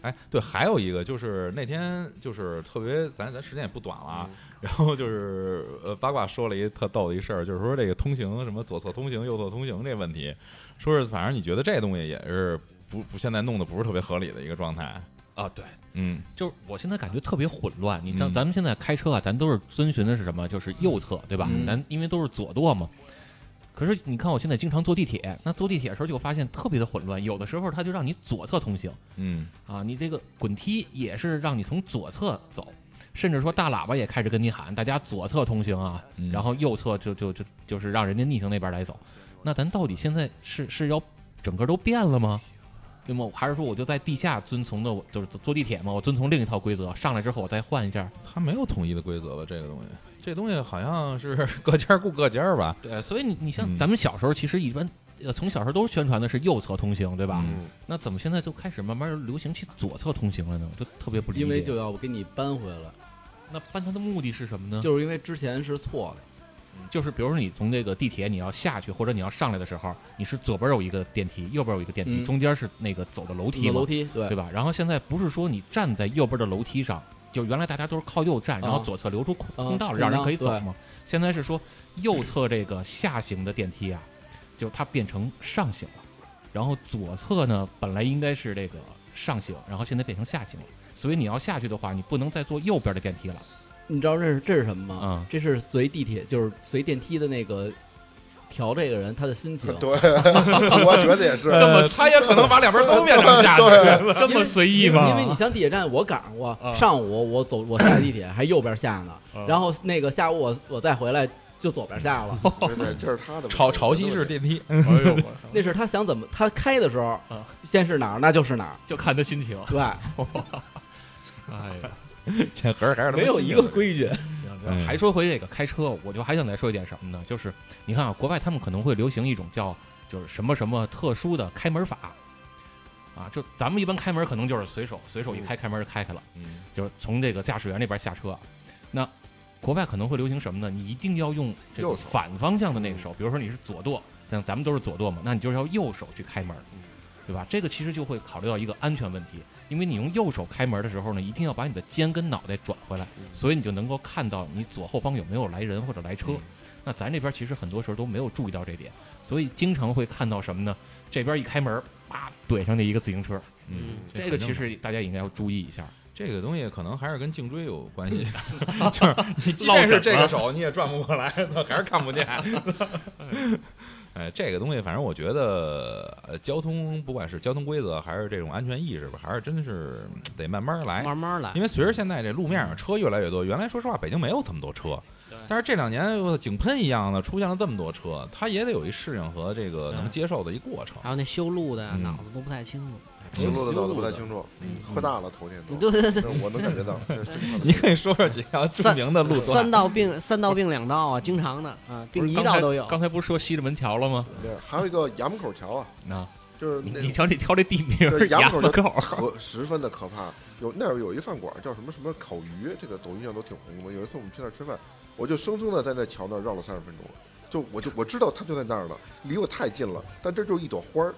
哎，对，还有一个就是那天就是特别，咱咱时间也不短了啊。然后就是呃，八卦说了一特逗的一事儿，就是说这个通行什么左侧通行、右侧通行这问题，说是反正你觉得这东西也是不不现在弄得不是特别合理的一个状态啊。对， 嗯， 就是我现在感觉特别混乱。你像嗯咱们现在开车啊，咱都是遵循的是什么？就是右侧，对吧？ 嗯咱因为都是左舵嘛。可是你看，我现在经常坐地铁，那坐地铁的时候就发现特别的混乱，有的时候它就让你左侧通行， 嗯啊，你这个滚梯也是让你从左侧走，甚至说大喇叭也开始跟你喊大家左侧通行啊， 嗯然后右侧就就就就是让人家逆行那边来走。那咱到底现在是是要整个都变了吗？对吗？还是说我就在地下遵从的，就是坐地铁嘛，我遵从另一套规则，上来之后我再换一下？ 它没有统一的规则吧？这个东西，这东西好像是各家顾各家吧？ 对，所以你你像嗯咱们小时候，其实一般呃从小时候都是宣传的是右侧通行，对吧？ 嗯那怎么现在就开始慢慢流行起左侧通行了呢？就特别不理解。 因为就要给你搬回来， 那搬它的目的是什么呢？ 就是因为之前是错的。 就是比如说你从这个地铁你要下去或者你要上来的时候，你是左边有一个电梯，右边有一个电梯， 嗯中间是那个走的楼梯嘛， 楼梯对对吧？然后现在不是说你站在右边的楼梯上，就原来大家都是靠右站， 啊然后左侧留出空啊空道空让人可以道对走嘛。现在是说右侧这个下行的电梯啊，就它变成上行了，然后左侧呢本来应该是这个上行，然后现在变成下行了，所以你要下去的话，你不能再坐右边的电梯了。 你知道这是这是什么吗？ 嗯这是随地铁，就是随电梯的那个调这个人他的心情。 对，我觉得也是。 这么他也可能把两边都变成下去， 对这么随意吗？ 因为你像地铁站，我赶上过， 啊上午我走我下地铁还右边下呢， 啊然后那个下午我我再回来就左边下了。 对对，这是他的潮潮汐式电梯。 哎呦， 那是他想怎么，他开的时候啊先是哪儿那就是哪儿， 就看他心情。 对， 哎呀。 这还是还是没有一个规矩。 嗯还说回这个开车，我就还想再说一点什么呢？就是你看啊，国外他们可能会流行一种叫就是什么什么特殊的开门法啊，就咱们一般开门可能就是随手随手一开，开门就开开了， 嗯就是从这个驾驶员那边下车。那国外可能会流行什么呢？你一定要用这个右手反方向的那个手，比如说你是左舵，像咱们都是左舵嘛，那你就是要右手去开门，对吧？这个其实就会考虑到一个安全问题，因为你用右手开门的时候呢，一定要把你的肩跟脑袋转回来，所以你就能够看到你左后方有没有来人或者来车。那咱这边其实很多时候都没有注意到这点，所以经常会看到什么呢？这边一开门，叭怼上那一个自行车。 嗯， 这个其实大家应该要注意一下。 这个东西可能还是跟颈椎有关系，就是你即便是这个手你也转不过来，还是看不见。哎，这个东西反正我觉得，呃，交通不管是交通规则还是这种安全意识吧，还是真是得慢慢来， 慢慢来。 因为随着现在这路面上车越来越多，原来说实话北京没有这么多车，但是这两年井喷一样的出现了这么多车，它也得有一适应和这个能接受的一过程。 还有那修路的呀， 嗯脑子都不太清楚。 修路的脑子不太清楚，喝大了头天都。 对对对， 我能感觉到。 你可以说说几条著名的路段？ 三道并三道并两道啊，经常的啊，并一道都有。 刚才不是说西直门桥了吗？ 对，还有一个衙门口桥啊， 啊， 就是你瞧你挑这地名， 衙门口可十分的可怕。有那儿有一饭馆叫什么什么烤鱼，这个抖音上都挺红的。有一次我们去那儿吃饭，我就生生的在那桥那儿绕了三十分钟。就我就我知道它就在那儿了，离我太近了，但这就是一朵花儿，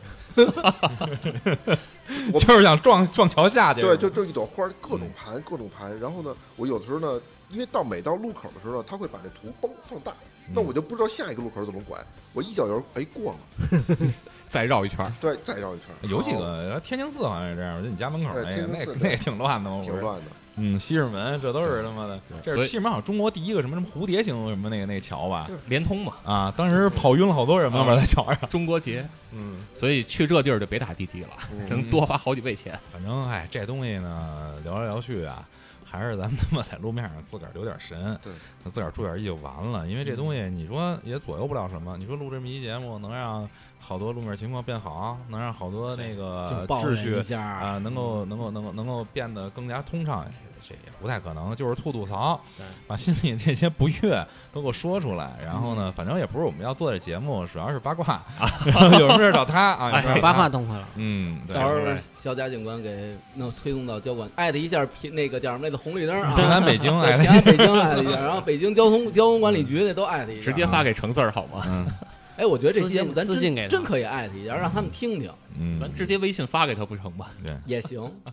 我就是想撞撞桥下去。 对，就就一朵花儿，各种盘，各种盘。然后呢，我有的时候呢，因为到每到路口的时候呢，他会把这图嘣放大，那我就不知道下一个路口怎么拐，我一脚油哎过了， 再绕一圈， 对，再绕一圈。 有几个天宁寺好像是这样，就你家门口那个，那那也挺乱的， 挺乱的。 嗯，西直门这都是他妈的，这是西直门好像中国第一个什么什么蝴蝶形什么那个那个桥吧， 就是连通嘛。 啊，当时跑晕了好多人嘛，在桥上。 中国结， 嗯， 所以去这地儿就别打滴滴了，能多花好几倍钱。 反正哎，这东西呢，聊来聊去啊，还是咱们他妈在路面上自个儿留点神， 对， 自个儿注点意就完了。因为这东西你说也左右不了什么，你说录这么一节目能让好多路面情况变好，能让好多那个秩序啊，能够能够能够能够变得更加通畅。这也不太可能，就是吐吐槽，把心里这些不悦都给我说出来。然后呢，反正也不是我们要做这节目，主要是八卦，有什么事找他啊， 八卦痛快了。 嗯， 到时候小贾警官给弄推送到交管，艾特一下那个叫什么来着红绿灯啊， 平安北京， 平安北京艾特一下，然后北京交通交通管理局那都艾特一下， 直接发给橙字儿好吗？ 嗯。 哎，我觉得这节目咱私信给真可以艾特一下，让他们听听。 嗯， 咱直接微信发给他不成吗？ 对， 也行。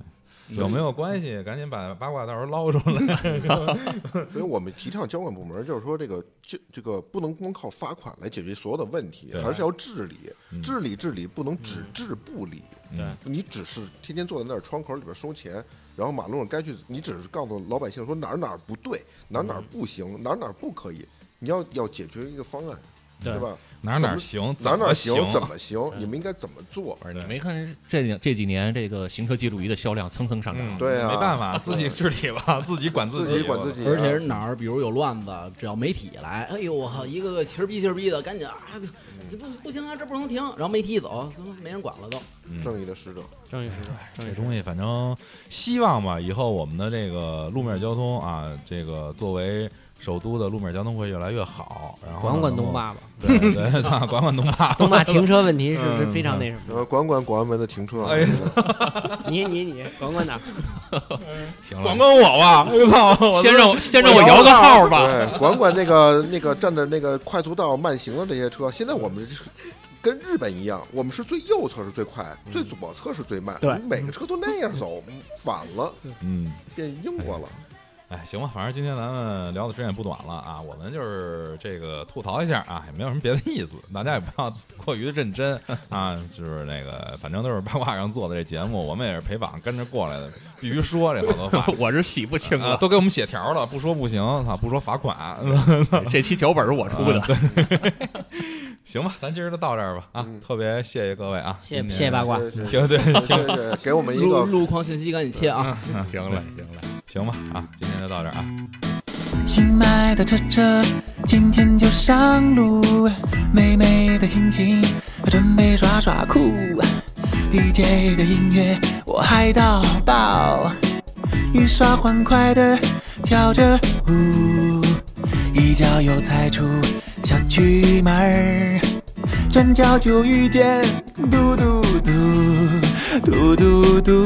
有没有关系？赶紧把八卦到时候捞出来。 所以我们提倡交管部门，就是说这个这这个不能光靠罚款来解决所有的问题，还是要治理， 嗯、 治理治理，不能只治不理。 对， 你只是天天坐在那儿窗口里边收钱，然后马路上该去，你只是告诉老百姓说哪儿哪儿不对，哪儿哪儿不行，哪儿哪儿不可以，你要要解决一个方案，对吧？ 哪儿哪儿行， 哪儿哪儿行， 怎么行？你们应该怎么做？ 你没看这这几年这个行车记录仪的销量蹭蹭上涨？ 对啊， 没办法，自己治理吧，自己管自己，自己管自己。 而且是哪儿，比如有乱子，只要媒体来，哎呦我靠，一个个气儿逼气儿逼的，赶紧啊，你不不行啊，这不能停，然后媒体一走，没人管了都。 正义的使者， 正义使者， 这东西反正希望吧，以后我们的这个路面交通啊，这个作为首都的路面交通会越来越好，然后管管东坝吧， 对对，管管东坝， 东坝停车问题是是非常那什么的，管管广安门的停车， 哎， 你你你管管哪？ 行了，管管我吧，我操， 先让我先让我摇个号吧， 对，管管那个那个站在那个快速道慢行的这些车，现在我们跟日本一样，我们是最右侧是最快，嗯、最左侧是最慢， 对， 每个车都那样走，反了， 嗯， 变英国了。 哎，行吧，反正今天咱们聊的时间也不短了啊，我们就是这个吐槽一下啊，也没有什么别的意思，大家也不要过于的认真啊，就是那个反正都是八卦上做的这节目，我们也是陪榜跟着过来的，必须说这好多话， 我是洗不清了、 啊，都给我们写条了，不说不行，操，不说罚款， 这期脚本是我出的。 啊行吧，咱今儿就到这儿吧啊！ 嗯、 特别谢谢各位啊， 谢谢谢谢八卦， 对对对，给我们一个路况信息赶紧切啊！ 嗯、 行了行了， 行吧啊，今天就到这儿啊。 新买的车车，今天就上路，美美的心情，准备耍耍酷。D J 的音乐我嗨到爆，雨刷欢快的跳着舞，一脚油踩出小区门儿，转角就遇见嘟嘟嘟嘟嘟嘟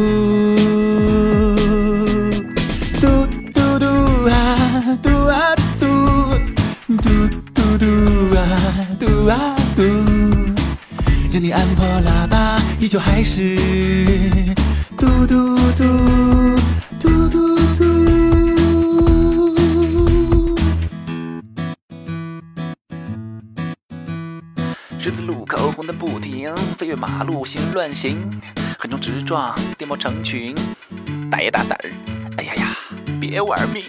嘟嘟嘟啊嘟啊嘟嘟嘟嘟啊嘟啊嘟，任你按破喇叭，依旧还是嘟嘟嘟嘟嘟嘟。十字路口红灯不停，飞越马路行乱行，横冲直撞颠簸成群，大爷大婶儿，哎呀呀，别玩命！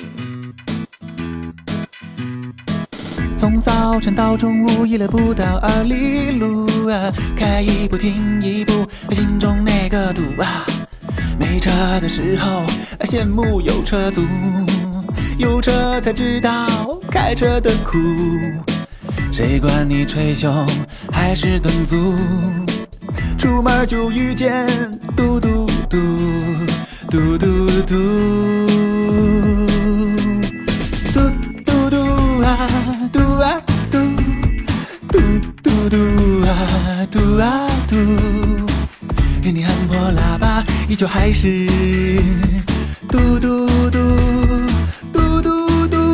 从早晨到中午，一来不到二里路啊，开一步停一步，心中那个堵啊。没车的时候，羡慕有车族，有车才知道开车的苦。谁管你捶胸还是蹲足，出门就遇见嘟嘟嘟嘟嘟嘟嘟嘟嘟啊嘟啊嘟嘟嘟嘟啊嘟啊嘟，任你按破喇叭，依旧还是嘟嘟嘟嘟嘟嘟。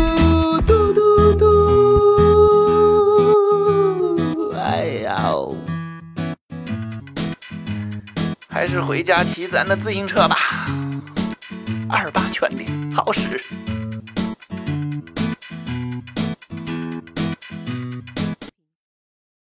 还是回家骑咱的自行车吧，二八全力好使。